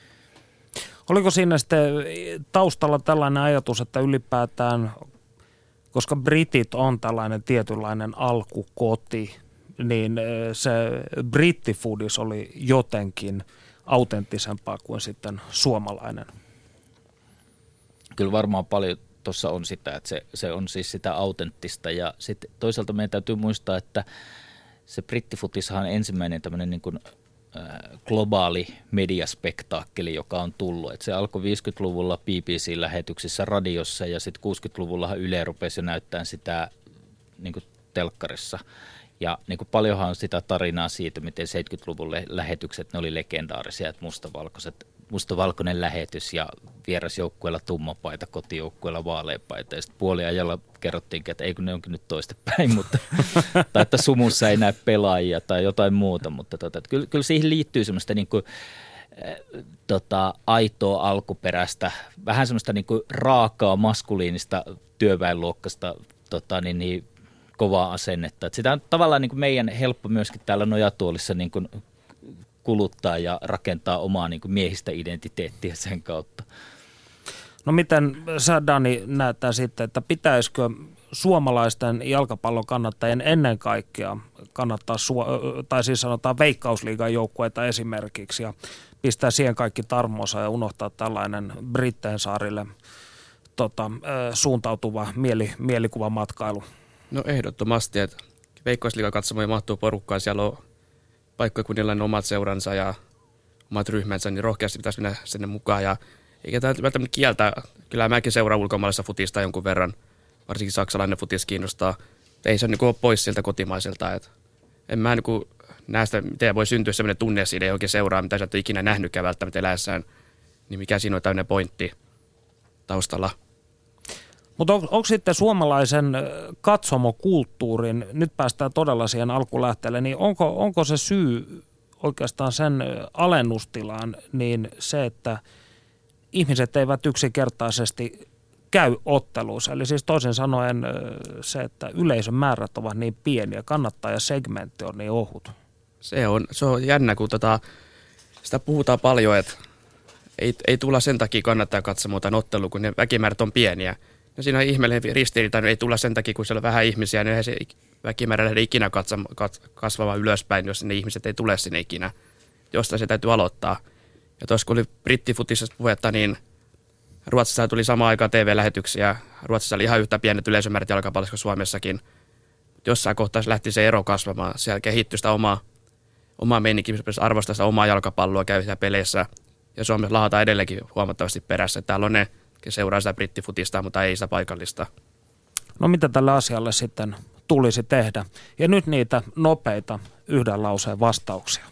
Oliko siinä sitten taustalla tällainen ajatus, että ylipäätään, koska britit on tällainen tietynlainen alkukoti, niin se brittifoodis oli jotenkin autenttisempaa kuin sitten suomalainen? Kyllä varmaan paljon tuossa on sitä, että se, se on siis sitä autenttista ja sitten toisaalta meidän täytyy muistaa, että se brittifutishan on ensimmäinen tämmöinen niin kuin globaali mediaspektaakkeli, joka on tullut. Et se alkoi viisikymmentäluvulla B B C-lähetyksissä radiossa ja sitten kuusikymmentäluvullahan Yle rupesi jo näyttämään sitä niin kuin telkkarissa. Ja niin kuin paljonhan on sitä tarinaa siitä, miten seitsemänkymmentäluvun lähetykset, ne oli legendaarisia, että mustavalkoiset, mustavalkoinen lähetys ja vierasjoukkueella tummapaita, kotijoukkueella vaaleapaita. Ja sitten puoliajalla kerrottiinkin, että ei kun ne onkin nyt toistepäin, mutta, tai että sumussa ei näe pelaajia tai jotain muuta. Mutta tota, kyllä, kyllä siihen liittyy semmoista niin kuin, äh, tota, aitoa alkuperäistä, vähän semmoista niin kuin raakaa maskuliinista työväenluokkasta tota, niin, niin, kovaa asennetta. Että sitä on tavallaan niin kuin meidän helppo myöskin täällä Nojatuolissa niin kuin kuluttaa ja rakentaa omaa niin kuin miehistä identiteettiä sen kautta. No miten sä, Dani, näyttää sitten, että pitäisikö suomalaisten jalkapallon kannattajien ennen kaikkea kannattaa, tai siis sanotaan Veikkausliigan joukkueita esimerkiksi, ja pistää siihen kaikki tarmonsa ja unohtaa tällainen Britteen saarille tota, suuntautuva mieli, mielikuvamatkailu? No ehdottomasti, että Veikkausliigan katsomoja mahtuu porukkaan, siellä on paikkakunnilla omat seuransa ja omat ryhmänsä, niin rohkeasti pitäisi mennä sinne mukaan. Ja eikä tämä välttämättä kieltä, kyllä mäkin seuraan ulkomaalaisessa futista jonkun verran, varsinkin saksalainen futis kiinnostaa. Ei se niin ole pois sieltä kotimaiselta. Et en mä niin näe sitä, miten voi syntyä sellainen tunne siitä johonkin seuraa, mitä sä et ole ikinä nähnytkään välttämättä eläessään, niin mikä siinä on täynnä pointti. taustalla. Mutta on, onko sitten suomalaisen katsomokulttuurin, nyt päästään todella siihen alkulähteelle, niin onko, onko se syy oikeastaan sen alennustilaan niin se, että ihmiset eivät yksinkertaisesti käy otteluissa. Eli siis toisin sanoen se, että yleisön määrät ovat niin pieniä, kannattajasegmentti on niin ohut. Se on, se on jännä, kun tota, sitä puhutaan paljon, että ei, ei tulla sen takia kannattaa katsomaan tämän ottelua, kun ne väkimäärät on pieniä. Ja siinä on ihmeellinen ristiriita, ei tulla sen takia, kun siellä on vähän ihmisiä, niin eihän se väkimäärä lähde ikinä kasvamaan ylöspäin, jos ne ihmiset ei tule sinne ikinä. Jostain se täytyy aloittaa. Ja tuossa kun oli brittifutisesta puhetta, niin Ruotsissa tuli samaan aikaan T V-lähetyksiä. Ruotsissa oli ihan yhtä pienet yleisömäärät jalkapallossa kuin Suomessakin. Jossain kohtaa se lähti se ero kasvamaan. Siellä kehittyi sitä omaa, omaa meininkiä, arvostaa sitä omaa jalkapalloa, käy siellä peleissä. Ja Suomessa lahataan edelleenkin huomattavasti perässä. Täällä on ne, seuraa sitä brittifutista, mutta ei sitä paikallista. No mitä tälle asialle sitten tulisi tehdä? Ja nyt niitä nopeita yhden lauseen vastauksia.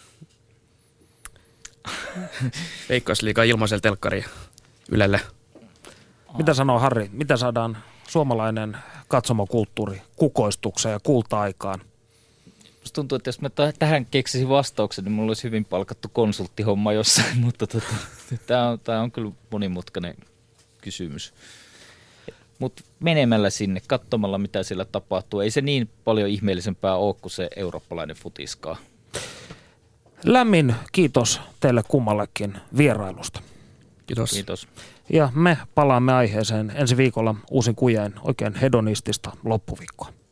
Veikkausliiga ilmaisella telkkari Ylelle. Mitä sanoo Harri? Mitä saadaan suomalainen katsomokulttuuri kukoistukseen ja kulta-aikaan? Musta tuntuu, että jos mä t- tähän keksisin vastauksen, niin mulla olisi hyvin palkattu konsulttihomma jossain, mutta tota, tämä on, tää on kyllä monimutkainen kysymys. Mutta menemällä sinne, katsomalla mitä siellä tapahtuu, ei se niin paljon ihmeellisempää ole kuin se eurooppalainen futiskaa. Lämmin kiitos teille kummallekin vierailusta. Kiitos. Kiitos. Ja me palaamme aiheeseen ensi viikolla uusin kujain, oikein hedonistista loppuviikkoa.